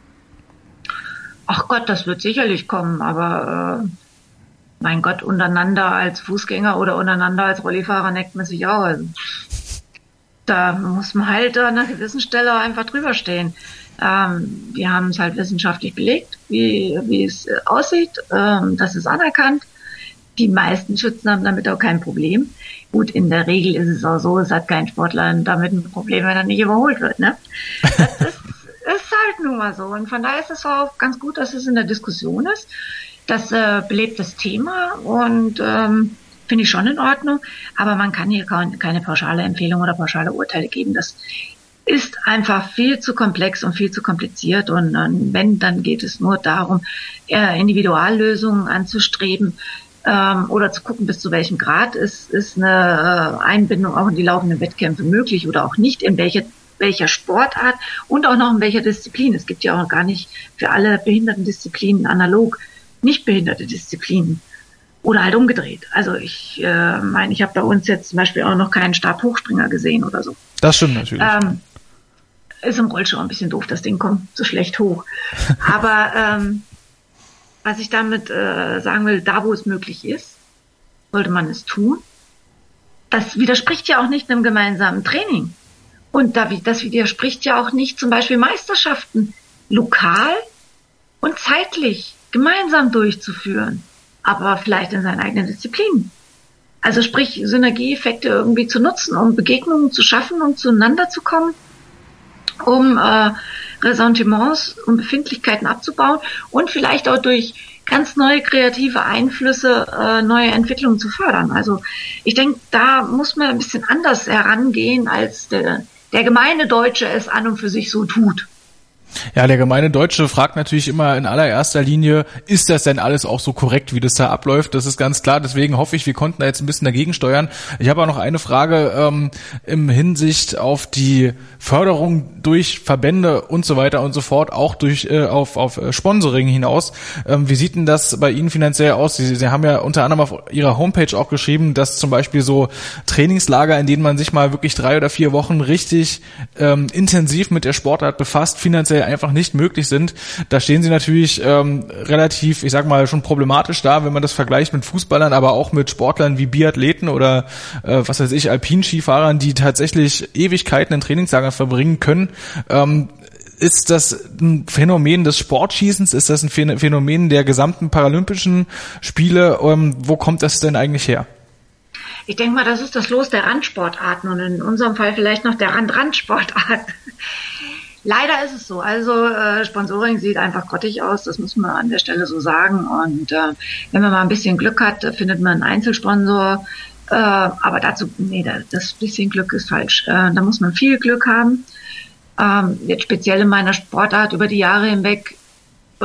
Speaker 3: Ach Gott, das wird sicherlich kommen, aber äh, mein Gott, untereinander als Fußgänger oder untereinander als Rollifahrer neckt man sich auch. Also, da muss man halt an einer gewissen Stelle einfach drüber stehen. Ähm, wir haben es halt wissenschaftlich belegt, wie, wie es äh, aussieht. Ähm, das ist anerkannt. Die meisten Schützen haben damit auch kein Problem. Gut, in der Regel ist es auch so, es hat kein Sportler damit ein Problem, wenn er nicht überholt wird. Ne? Das ist, ist halt nun mal so. Und von daher ist es auch ganz gut, dass es in der Diskussion ist. Das äh, belebt das Thema und ähm, finde ich schon in Ordnung. Aber man kann hier keine, keine pauschale Empfehlung oder pauschale Urteile geben. Das ist einfach viel zu komplex und viel zu kompliziert. Und äh, wenn, dann geht es nur darum, äh, Individuallösungen anzustreben ähm, oder zu gucken, bis zu welchem Grad ist, ist eine äh, Einbindung auch in die laufenden Wettkämpfe möglich oder auch nicht, in welcher welcher Sportart und auch noch in welcher Disziplin. Es gibt ja auch gar nicht für alle behinderten Disziplinen analog nicht behinderte Disziplinen oder halt umgedreht. Also ich äh, meine, ich habe bei uns jetzt zum Beispiel auch noch keinen Stabhochspringer gesehen oder so.
Speaker 2: Das stimmt natürlich.
Speaker 3: Ähm, ist im Rollstuhl ein bisschen doof, das Ding kommt so schlecht hoch. Aber ähm, was ich damit äh, sagen will, da wo es möglich ist, sollte man es tun. Das widerspricht ja auch nicht einem gemeinsamen Training. Und das widerspricht ja auch nicht zum Beispiel Meisterschaften lokal und zeitlich gemeinsam durchzuführen, aber vielleicht in seinen eigenen Disziplinen. Also sprich, Synergieeffekte irgendwie zu nutzen, um Begegnungen zu schaffen, um zueinander zu kommen, um äh, Ressentiments und Befindlichkeiten abzubauen und vielleicht auch durch ganz neue kreative Einflüsse äh, neue Entwicklungen zu fördern. Also ich denke, da muss man ein bisschen anders herangehen, als der, der gemeine Deutsche es an und für sich so tut.
Speaker 2: Ja, der gemeine Deutsche fragt natürlich immer in allererster Linie, ist das denn alles auch so korrekt, wie das da abläuft? Das ist ganz klar, deswegen hoffe ich, wir konnten da jetzt ein bisschen dagegen steuern. Ich habe auch noch eine Frage ähm, im Hinsicht auf die Förderung durch Verbände und so weiter und so fort, auch durch äh, auf auf Sponsoring hinaus. Ähm, wie sieht denn das bei Ihnen finanziell aus? Sie, Sie haben ja unter anderem auf Ihrer Homepage auch geschrieben, dass zum Beispiel so Trainingslager, in denen man sich mal wirklich drei oder vier Wochen richtig ähm, intensiv mit der Sportart befasst, finanziell einfach nicht möglich sind. Da stehen sie natürlich ähm, relativ, ich sag mal, schon problematisch da, wenn man das vergleicht mit Fußballern, aber auch mit Sportlern wie Biathleten oder äh, was weiß ich, Alpinskifahrern, die tatsächlich Ewigkeiten in Trainingslagern verbringen können. Ähm, ist das ein Phänomen des Sportschießens? Ist das ein Phänomen der gesamten Paralympischen Spiele? Ähm, wo kommt das denn eigentlich her?
Speaker 3: Ich denke mal, das ist das Los der Randsportarten und in unserem Fall vielleicht noch der Rand-Randsportart. Leider ist es so. Also äh, Sponsoring sieht einfach grottig aus, das muss man an der Stelle so sagen. Und äh, wenn man mal ein bisschen Glück hat, findet man einen Einzelsponsor. Äh, aber dazu, nee, das bisschen Glück ist falsch. Äh, da muss man viel Glück haben. Ähm, jetzt speziell in meiner Sportart über die Jahre hinweg, äh,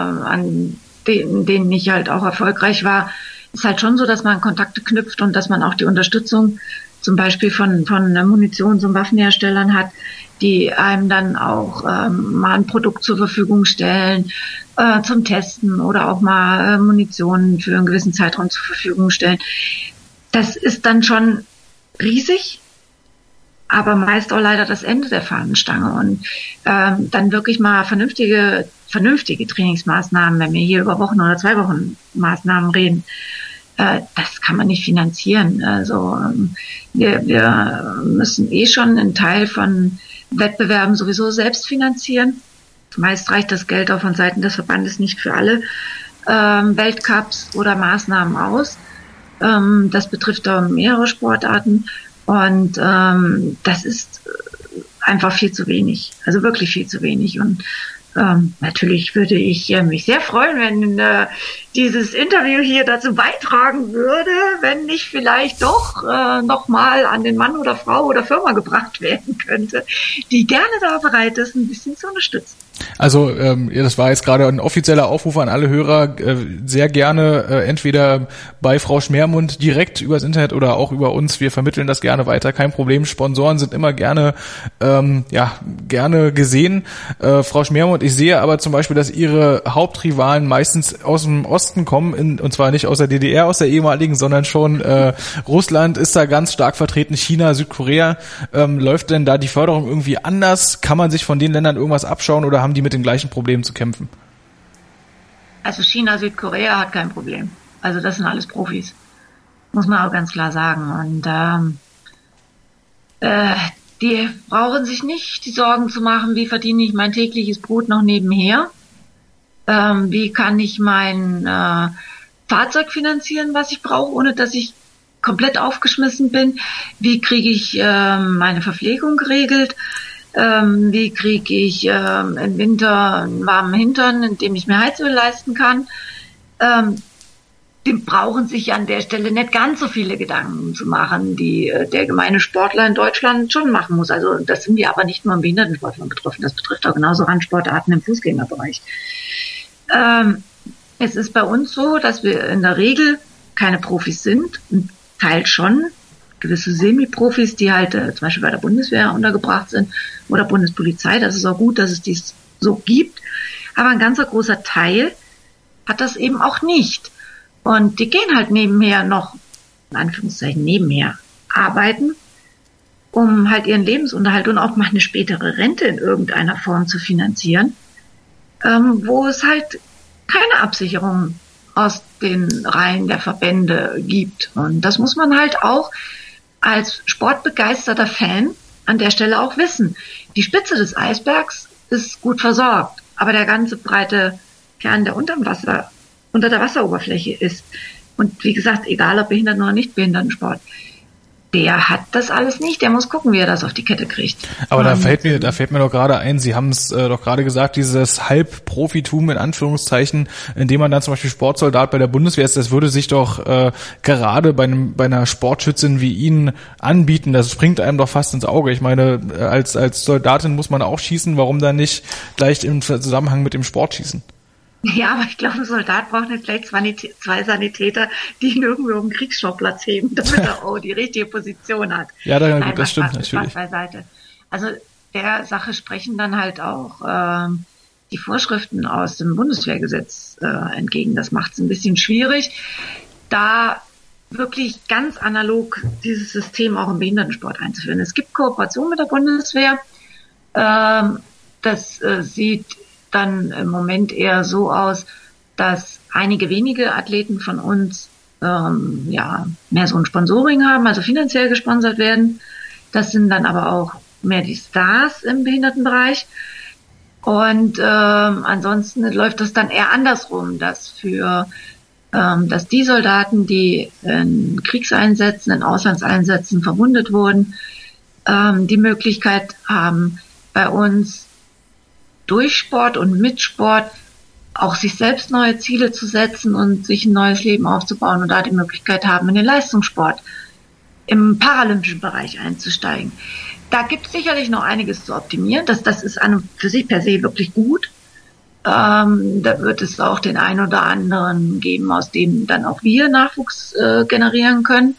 Speaker 3: an denen, denen ich halt auch erfolgreich war, ist halt schon so, dass man Kontakte knüpft und dass man auch die Unterstützung zum Beispiel von, von Munitions- und Waffenherstellern hat, die einem dann auch ähm, mal ein Produkt zur Verfügung stellen äh, zum Testen oder auch mal äh, Munition für einen gewissen Zeitraum zur Verfügung stellen. Das ist dann schon riesig, aber meist auch leider das Ende der Fahnenstange. Und ähm, dann wirklich mal vernünftige, vernünftige Trainingsmaßnahmen, wenn wir hier über Wochen oder zwei Wochen Maßnahmen reden, äh, das kann man nicht finanzieren. Also ähm, wir, wir müssen eh schon einen Teil von Wettbewerben sowieso selbst finanzieren. Meist reicht das Geld auch von Seiten des Verbandes nicht für alle ähm, Weltcups oder Maßnahmen aus. Ähm, das betrifft auch mehrere Sportarten und ähm, das ist einfach viel zu wenig, also wirklich viel zu wenig. Und ähm, natürlich würde ich äh, mich sehr freuen, wenn äh, dieses Interview hier dazu beitragen würde, wenn nicht vielleicht doch äh, nochmal an den Mann oder Frau oder Firma gebracht werden könnte, die gerne da bereit ist, ein bisschen zu unterstützen.
Speaker 2: Also ähm, ja, das war jetzt gerade ein offizieller Aufruf an alle Hörer, äh, sehr gerne äh, entweder bei Frau Schmermund direkt übers Internet oder auch über uns. Wir vermitteln das gerne weiter, kein Problem. Sponsoren sind immer gerne ähm, ja gerne gesehen. Äh, Frau Schmermund, ich sehe aber zum Beispiel, dass Ihre Hauptrivalen meistens aus dem Osten kommen, in, und zwar nicht aus der D D R, aus der ehemaligen, sondern schon äh, Russland ist da ganz stark vertreten, China, Südkorea. Ähm, läuft denn da die Förderung irgendwie anders? Kann man sich von den Ländern irgendwas abschauen oder haben die mit den gleichen Problemen zu kämpfen?
Speaker 3: Also China, Südkorea hat kein Problem. Also das sind alles Profis. Muss man auch ganz klar sagen. Und ähm, äh, die brauchen sich nicht die Sorgen zu machen, wie verdiene ich mein tägliches Brot noch nebenher? Ähm, wie kann ich mein äh, Fahrzeug finanzieren, was ich brauche, ohne dass ich komplett aufgeschmissen bin? Wie kriege ich äh, meine Verpflegung geregelt? Ähm, wie kriege ich ähm, im Winter einen warmen Hintern, in dem ich mir Heizöl leisten kann? Ähm, die brauchen sich an der Stelle nicht ganz so viele Gedanken zu machen, die äh, der gemeine Sportler in Deutschland schon machen muss. Also das sind wir aber nicht nur im Behindertensport betroffen, das betrifft auch genauso Randsportarten im Fußgängerbereich. Ähm, es ist bei uns so, dass wir in der Regel keine Profis sind, ein Teil schon, gewisse Semi-Profis, die halt äh, zum Beispiel bei der Bundeswehr untergebracht sind oder Bundespolizei. Das ist auch gut, dass es dies so gibt. Aber ein ganzer großer Teil hat das eben auch nicht. Und die gehen halt nebenher noch, in Anführungszeichen nebenher, arbeiten, um halt ihren Lebensunterhalt und auch mal eine spätere Rente in irgendeiner Form zu finanzieren, ähm, wo es halt keine Absicherung aus den Reihen der Verbände gibt. Und das muss man halt auch als sportbegeisterter Fan an der Stelle auch wissen. Die Spitze des Eisbergs ist gut versorgt, aber der ganze breite Kern, der unterm Wasser, unter der Wasseroberfläche ist, und wie gesagt, egal ob Behinderten- oder Nicht-Behindertensport, der hat das alles nicht. Der muss gucken, wie er das auf die Kette kriegt.
Speaker 2: Aber da
Speaker 3: Und
Speaker 2: fällt mir, da fällt mir doch gerade ein, Sie haben es äh, doch gerade gesagt, dieses Halbprofitum in Anführungszeichen, indem man dann zum Beispiel Sportsoldat bei der Bundeswehr ist, das würde sich doch äh, gerade bei einem bei einer Sportschützin wie Ihnen anbieten. Das springt einem doch fast ins Auge. Ich meine, als als Soldatin muss man auch schießen. Warum dann nicht gleich im Zusammenhang mit dem Sport schießen?
Speaker 3: Ja, aber ich glaube, ein Soldat braucht nicht gleich zwei Sanitäter, die ihn irgendwo auf dem Kriegsschauplatz heben, damit er auch die richtige Position hat.
Speaker 2: Ja, da,
Speaker 3: Nein,
Speaker 2: das
Speaker 3: was,
Speaker 2: stimmt
Speaker 3: was,
Speaker 2: natürlich.
Speaker 3: Was beiseite. Also der Sache sprechen dann halt auch ähm, die Vorschriften aus dem Bundeswehrgesetz äh, entgegen. Das macht es ein bisschen schwierig, da wirklich ganz analog dieses System auch im Behindertensport einzuführen. Es gibt Kooperation mit der Bundeswehr. Ähm, das äh, sieht dann im Moment eher so aus, dass einige wenige Athleten von uns ähm, ja mehr so ein Sponsoring haben, also finanziell gesponsert werden. Das sind dann aber auch mehr die Stars im Behindertenbereich. Und ähm, ansonsten läuft das dann eher andersrum, dass für ähm, dass die Soldaten, die in Kriegseinsätzen, in Auslandseinsätzen verwundet wurden, ähm, die Möglichkeit haben, bei uns durch Sport und mit Sport auch sich selbst neue Ziele zu setzen und sich ein neues Leben aufzubauen und da die Möglichkeit haben, in den Leistungssport im paralympischen Bereich einzusteigen. Da gibt es sicherlich noch einiges zu optimieren. Das, das ist an und für sich per se wirklich gut. Ähm, da wird es auch den einen oder anderen geben, aus dem dann auch wir Nachwuchs äh, generieren können.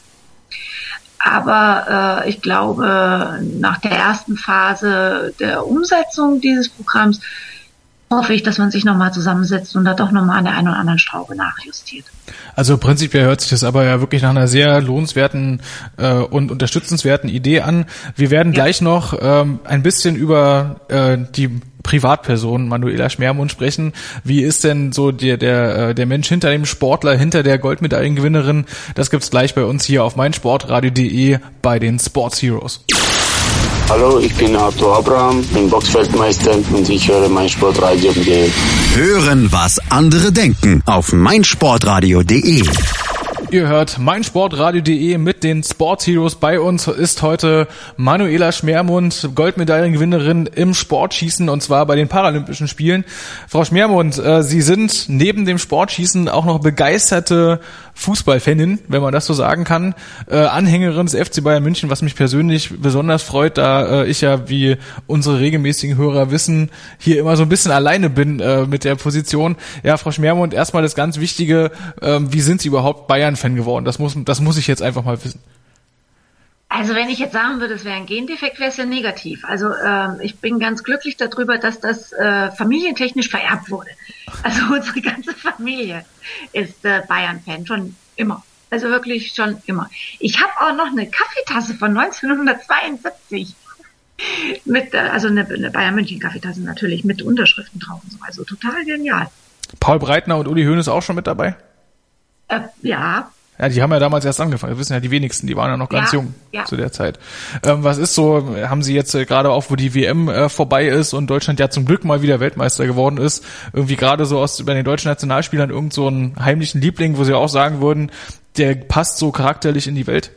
Speaker 3: Aber äh, ich glaube, nach der ersten Phase der Umsetzung dieses Programms hoffe ich, dass man sich nochmal zusammensetzt und da doch nochmal an der einen oder anderen Schraube nachjustiert.
Speaker 2: Also prinzipiell hört sich das aber ja wirklich nach einer sehr lohnenswerten äh, und unterstützenswerten Idee an. Wir werden ja. gleich noch ähm, ein bisschen über äh, die Privatperson Manuela Schmermund sprechen. Wie ist denn so der der der Mensch hinter dem Sportler, hinter der Goldmedaillengewinnerin? Das gibt's gleich bei uns hier auf meinsportradio punkt de bei den Sports Heroes.
Speaker 5: Hallo, ich bin Arthur Abraham, bin Boxfeldmeister und ich höre meinsportradio punkt de.
Speaker 1: Hören, was andere denken auf meinsportradio punkt de.
Speaker 2: Ihr hört meinsportradio punkt de mit den Sports Heroes. Bei uns ist heute Manuela Schmermund, Goldmedaillengewinnerin im Sportschießen, und zwar bei den Paralympischen Spielen. Frau Schmermund, äh, Sie sind neben dem Sportschießen auch noch begeisterte Fußballfanin, wenn man das so sagen kann, äh, Anhängerin des F C Bayern München, was mich persönlich besonders freut, da äh, ich ja, wie unsere regelmäßigen Hörer wissen, hier immer so ein bisschen alleine bin äh, mit der Position. Ja, Frau Schmermund, erstmal das ganz Wichtige, äh, wie sind Sie überhaupt Bayern-Fan geworden? Das muss, das muss ich jetzt einfach mal wissen.
Speaker 3: Also wenn ich jetzt sagen würde, es wäre ein Gendefekt, wäre es ja negativ. Also ähm, ich bin ganz glücklich darüber, dass das äh, familientechnisch vererbt wurde. Also unsere ganze Familie ist äh, Bayern-Fan, schon immer. Also wirklich schon immer. Ich habe auch noch eine Kaffeetasse von neunzehnhundertzweiundsiebzig. Mit, äh, also eine, eine Bayern-München-Kaffeetasse natürlich, mit Unterschriften drauf und so. Also total genial.
Speaker 2: Paul Breitner und Uli Hoeneß auch schon mit dabei?
Speaker 3: Äh, ja.
Speaker 2: Ja, die haben ja damals erst angefangen. Das wissen ja die wenigsten, die waren ja noch ganz
Speaker 3: ja,
Speaker 2: jung
Speaker 3: ja.
Speaker 2: zu der Zeit. Ähm, was ist so, haben Sie jetzt äh, gerade auch, wo die W M äh, vorbei ist und Deutschland ja zum Glück mal wieder Weltmeister geworden ist, irgendwie gerade so aus bei den deutschen Nationalspielern irgend so einen heimlichen Liebling, wo Sie auch sagen würden, der passt so charakterlich in die Welt?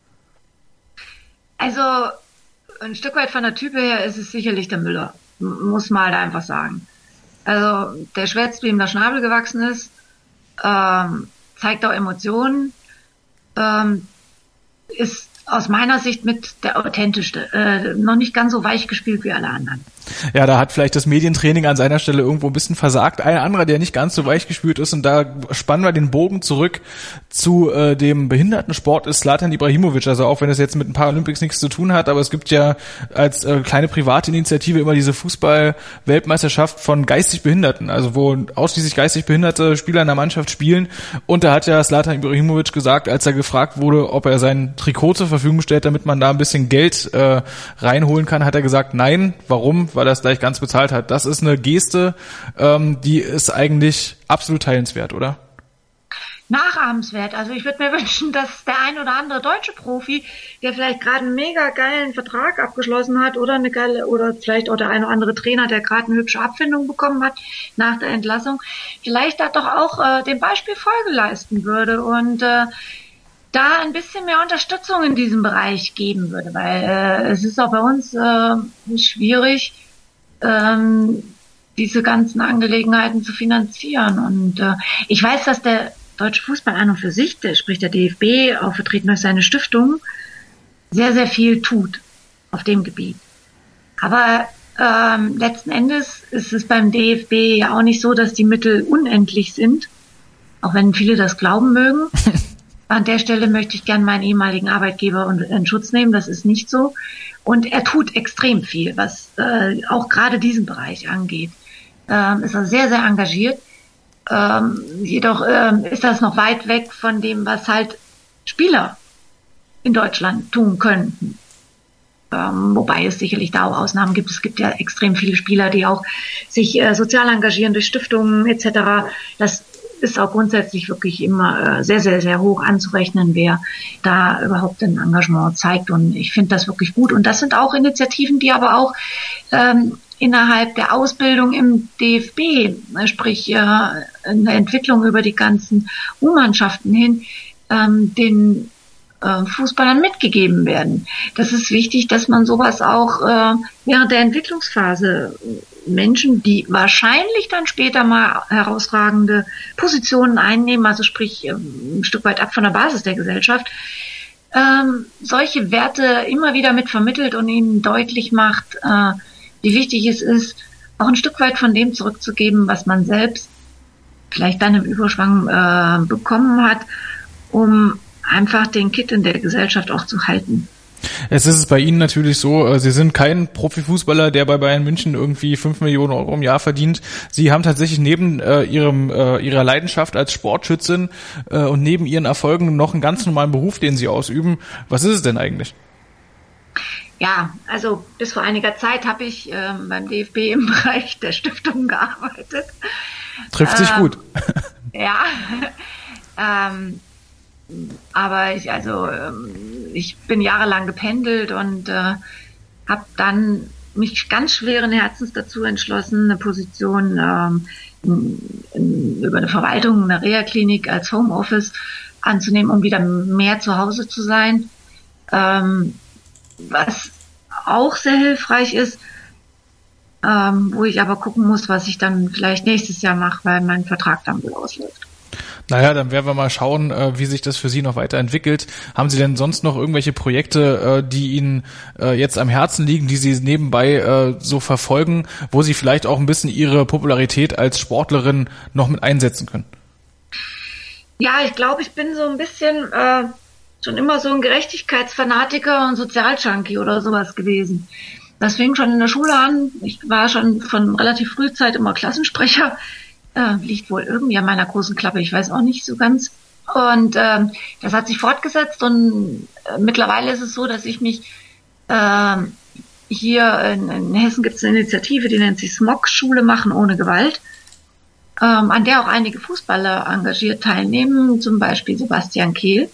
Speaker 3: Also ein Stück weit von der Type her ist es sicherlich der Müller, muss man halt einfach sagen. Also der schwätzt, wie ihm der Schnabel gewachsen ist, ähm, zeigt auch Emotionen, ähm, ist aus meiner Sicht mit der authentischste, äh, noch nicht ganz so weich gespielt wie alle anderen.
Speaker 2: Ja, da hat vielleicht das Medientraining an seiner Stelle irgendwo ein bisschen versagt. Ein anderer, der nicht ganz so weich gespielt ist, und da spannen wir den Bogen zurück zu äh, dem Behindertensport, ist Zlatan Ibrahimovic. Also auch wenn es jetzt mit den Paralympics nichts zu tun hat, aber es gibt ja als äh, kleine private Initiative immer diese Fußball-Weltmeisterschaft von geistig Behinderten, also wo ausschließlich geistig behinderte Spieler in der Mannschaft spielen. Und da hat ja Zlatan Ibrahimovic gesagt, als er gefragt wurde, ob er sein Trikot zur Verfügung stellt, damit man da ein bisschen Geld äh, reinholen kann, hat er gesagt, nein. Warum? Weil er es gleich ganz bezahlt hat. Das ist eine Geste, ähm, die ist eigentlich absolut teilenswert, oder?
Speaker 3: Nachahmenswert. Also ich würde mir wünschen, dass der ein oder andere deutsche Profi, der vielleicht gerade einen mega geilen Vertrag abgeschlossen hat oder eine geile, oder vielleicht auch der ein oder andere Trainer, der gerade eine hübsche Abfindung bekommen hat nach der Entlassung, vielleicht da doch auch äh, dem Beispiel Folge leisten würde und äh, da ein bisschen mehr Unterstützung in diesem Bereich geben würde, weil äh, es ist auch bei uns äh, schwierig, ähm, diese ganzen Angelegenheiten zu finanzieren. Und äh, ich weiß, dass der Deutsche Fußball an und für sich, der spricht der D F B, auch vertreten durch seine Stiftung, sehr, sehr viel tut auf dem Gebiet. Aber ähm, letzten Endes ist es beim D F B ja auch nicht so, dass die Mittel unendlich sind, auch wenn viele das glauben mögen. An der Stelle möchte ich gern meinen ehemaligen Arbeitgeber in Schutz nehmen. Das ist nicht so. Und er tut extrem viel, was äh, auch gerade diesen Bereich angeht. Ähm, ist er sehr, sehr engagiert. Ähm, jedoch ähm, ist das noch weit weg von dem, was halt Spieler in Deutschland tun könnten. Ähm, wobei es sicherlich da auch Ausnahmen gibt. Es gibt ja extrem viele Spieler, die auch sich äh, sozial engagieren durch Stiftungen et cetera. Das ist auch grundsätzlich wirklich immer äh, sehr, sehr, sehr hoch anzurechnen, wer da überhaupt ein Engagement zeigt. Und ich finde das wirklich gut. Und das sind auch Initiativen, die aber auch ähm, innerhalb der Ausbildung im D F B, sprich äh, in der Entwicklung über die ganzen U-Mannschaften hin, ähm, den äh, Fußballern mitgegeben werden. Das ist wichtig, dass man sowas auch äh, während der Entwicklungsphase Menschen, die wahrscheinlich dann später mal herausragende Positionen einnehmen, also sprich ein Stück weit ab von der Basis der Gesellschaft, ähm, solche Werte immer wieder mit vermittelt und ihnen deutlich macht, äh, wie wichtig es ist, auch ein Stück weit von dem zurückzugeben, was man selbst vielleicht dann im Überschwang äh, bekommen hat, um einfach den Kitt in der Gesellschaft auch zu halten.
Speaker 2: Es ist es bei Ihnen natürlich so, Sie sind kein Profifußballer, der bei Bayern München irgendwie fünf Millionen Euro im Jahr verdient. Sie haben tatsächlich neben äh, ihrem äh, ihrer Leidenschaft als Sportschützin äh, und neben Ihren Erfolgen noch einen ganz normalen Beruf, den Sie ausüben. Was ist es denn eigentlich?
Speaker 3: Ja, also bis vor einiger Zeit habe ich äh, beim D F B im Bereich der Stiftung gearbeitet.
Speaker 2: Trifft sich
Speaker 3: ähm,
Speaker 2: gut.
Speaker 3: Ja, ähm, aber ich also ich bin jahrelang gependelt und äh, habe dann mich ganz schweren Herzens dazu entschlossen, eine Position ähm, in, in, über eine Verwaltung einer Reha-Klinik als Homeoffice anzunehmen, um wieder mehr zu Hause zu sein. Ähm, was auch sehr hilfreich ist, ähm, wo ich aber gucken muss, was ich dann vielleicht nächstes Jahr mache, weil mein Vertrag dann wohl ausläuft.
Speaker 2: Naja, dann werden wir mal schauen, wie sich das für Sie noch weiterentwickelt. Haben Sie denn sonst noch irgendwelche Projekte, die Ihnen jetzt am Herzen liegen, die Sie nebenbei so verfolgen, wo Sie vielleicht auch ein bisschen Ihre Popularität als Sportlerin noch mit einsetzen können?
Speaker 3: Ja, ich glaube, ich bin so ein bisschen äh, schon immer so ein Gerechtigkeitsfanatiker und Sozialjunkie oder sowas gewesen. Das fing schon in der Schule an. Ich war schon von relativ früher Zeit immer Klassensprecher. Äh, liegt wohl irgendwie an meiner großen Klappe, ich weiß auch nicht so ganz. Und äh, das hat sich fortgesetzt und äh, mittlerweile ist es so, dass ich mich äh, hier in, in Hessen gibt es eine Initiative, die nennt sich Smog, Schule machen ohne Gewalt, ähm, an der auch einige Fußballer engagiert teilnehmen, zum Beispiel Sebastian Kehl,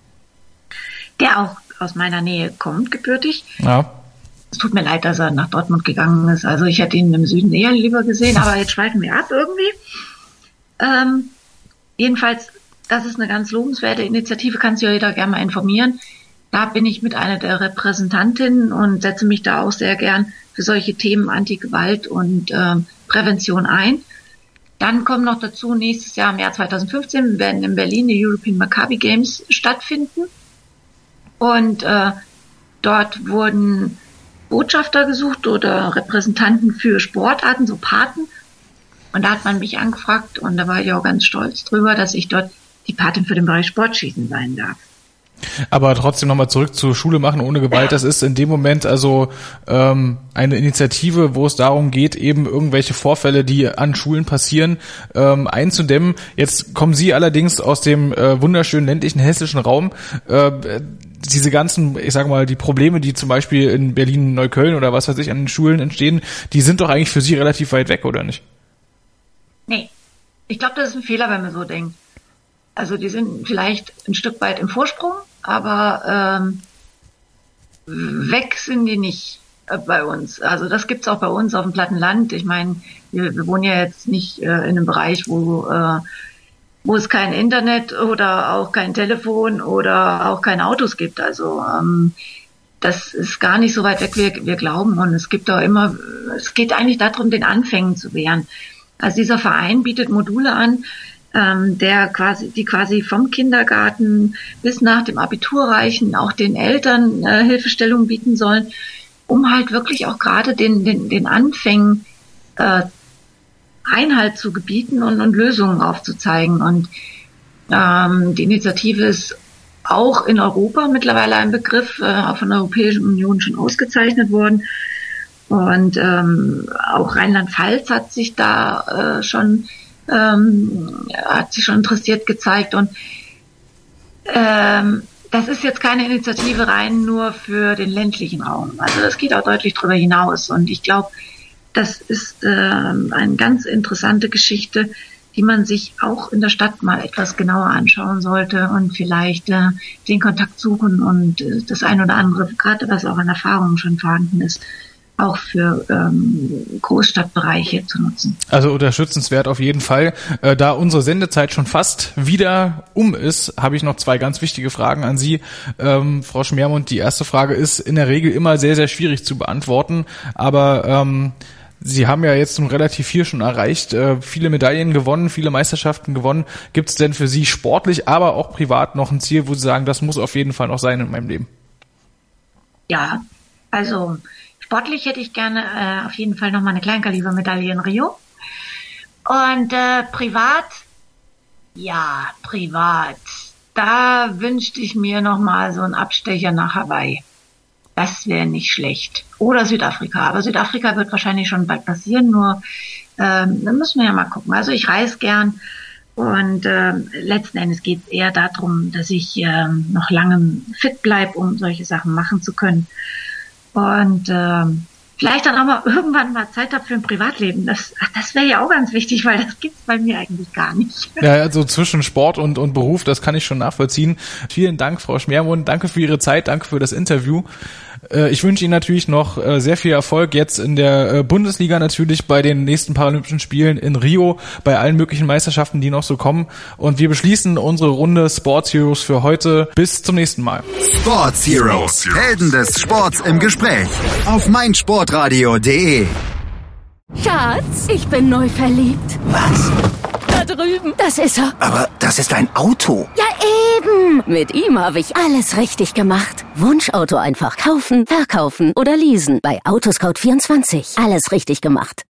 Speaker 3: der auch aus meiner Nähe kommt, gebürtig.
Speaker 2: Ja.
Speaker 3: Es tut mir leid, dass er nach Dortmund gegangen ist. Also ich hätte ihn im Süden eher lieber gesehen, aber jetzt schweifen wir ab irgendwie. Ähm, jedenfalls, das ist eine ganz lobenswerte Initiative, kann sich ja jeder gerne mal informieren. Da bin ich mit einer der Repräsentantinnen und setze mich da auch sehr gern für solche Themen Anti-Gewalt und äh, Prävention ein. Dann kommen noch dazu, nächstes Jahr im Jahr zweitausendfünfzehn werden in Berlin die European Maccabi Games stattfinden. Und äh, dort wurden Botschafter gesucht oder Repräsentanten für Sportarten, so Paten. Und da hat man mich angefragt und da war ich auch ganz stolz drüber, dass ich dort die Patin für den Bereich Sportschießen sein darf.
Speaker 2: Aber trotzdem nochmal zurück zur Schule machen ohne Gewalt. Das ist in dem Moment also ähm, eine Initiative, wo es darum geht, eben irgendwelche Vorfälle, die an Schulen passieren, ähm, einzudämmen. Jetzt kommen Sie allerdings aus dem äh, wunderschönen ländlichen hessischen Raum. Äh, diese ganzen, ich sage mal, die Probleme, die zum Beispiel in Berlin, Neukölln oder was weiß ich an den Schulen entstehen, die sind doch eigentlich für Sie relativ weit weg, oder nicht?
Speaker 3: Nee, ich glaube, das ist ein Fehler, wenn man so denkt. Also die sind vielleicht ein Stück weit im Vorsprung, aber ähm, weg sind die nicht äh, bei uns. Also das gibt's auch bei uns auf dem platten Land. Ich meine, wir, wir wohnen ja jetzt nicht äh, in einem Bereich, wo äh, wo es kein Internet oder auch kein Telefon oder auch keine Autos gibt. Also ähm, das ist gar nicht so weit weg, wie wir glauben. Und es gibt auch immer, es geht eigentlich darum, den Anfängen zu wehren. Also dieser Verein bietet Module an, ähm, der quasi, die quasi vom Kindergarten bis nach dem Abitur reichen, auch den Eltern äh, Hilfestellung bieten sollen, um halt wirklich auch gerade den, den, den Anfängen äh, Einhalt zu gebieten und, und Lösungen aufzuzeigen. Und ähm, die Initiative ist auch in Europa mittlerweile ein Begriff, äh, auch von der Europäischen Union schon ausgezeichnet worden. Und ähm, auch Rheinland-Pfalz hat sich da äh, schon ähm, hat sich schon interessiert gezeigt. Und ähm, das ist jetzt keine Initiative rein nur für den ländlichen Raum. Also das geht auch deutlich darüber hinaus. Und ich glaube, das ist äh, eine ganz interessante Geschichte, die man sich auch in der Stadt mal etwas genauer anschauen sollte und vielleicht äh, den Kontakt suchen und äh, das ein oder andere, gerade was auch an Erfahrungen schon vorhanden ist, auch für ähm, Großstadtbereiche zu nutzen.
Speaker 2: Also unterstützenswert auf jeden Fall. Äh, da unsere Sendezeit schon fast wieder um ist, habe ich noch zwei ganz wichtige Fragen an Sie, ähm, Frau Schmermund. Die erste Frage ist in der Regel immer sehr, sehr schwierig zu beantworten, aber ähm, Sie haben ja jetzt nun relativ viel schon erreicht, äh, viele Medaillen gewonnen, viele Meisterschaften gewonnen. Gibt es denn für Sie sportlich, aber auch privat noch ein Ziel, wo Sie sagen, das muss auf jeden Fall noch sein in meinem Leben?
Speaker 3: Ja, also sportlich hätte ich gerne äh, auf jeden Fall nochmal eine Kleinkalibermedaille in Rio. Und äh, privat, ja, privat, da wünschte ich mir nochmal so einen Abstecher nach Hawaii. Das wäre nicht schlecht. Oder Südafrika. Aber Südafrika wird wahrscheinlich schon bald passieren, nur ähm, da müssen wir ja mal gucken. Also ich reise gern und ähm, letzten Endes geht es eher darum, dass ich ähm, noch lange fit bleibe, um solche Sachen machen zu können. Und ähm, vielleicht dann auch mal irgendwann mal Zeit habe für ein Privatleben. Das, ach, das wäre ja auch ganz wichtig, weil das gibt's bei mir eigentlich gar nicht.
Speaker 2: Ja, also zwischen Sport und, und Beruf, das kann ich schon nachvollziehen. Vielen Dank, Frau Schmermund. Danke für Ihre Zeit, danke für das Interview. Ich wünsche Ihnen natürlich noch sehr viel Erfolg jetzt in der Bundesliga, natürlich bei den nächsten Paralympischen Spielen in Rio, bei allen möglichen Meisterschaften, die noch so kommen. Und wir beschließen unsere Runde Sports Heroes für heute. Bis zum nächsten Mal.
Speaker 1: Sports Heroes, Helden des Sports im Gespräch. Auf meinsportradio punkt de.
Speaker 6: Schatz, ich bin neu verliebt.
Speaker 7: Was?
Speaker 6: Da drüben. Das ist er.
Speaker 7: Aber das ist ein Auto.
Speaker 6: Ja, eben. Mit ihm habe ich alles richtig gemacht. Wunschauto einfach kaufen, verkaufen oder leasen. Bei Autoscout vierundzwanzig. Alles richtig gemacht.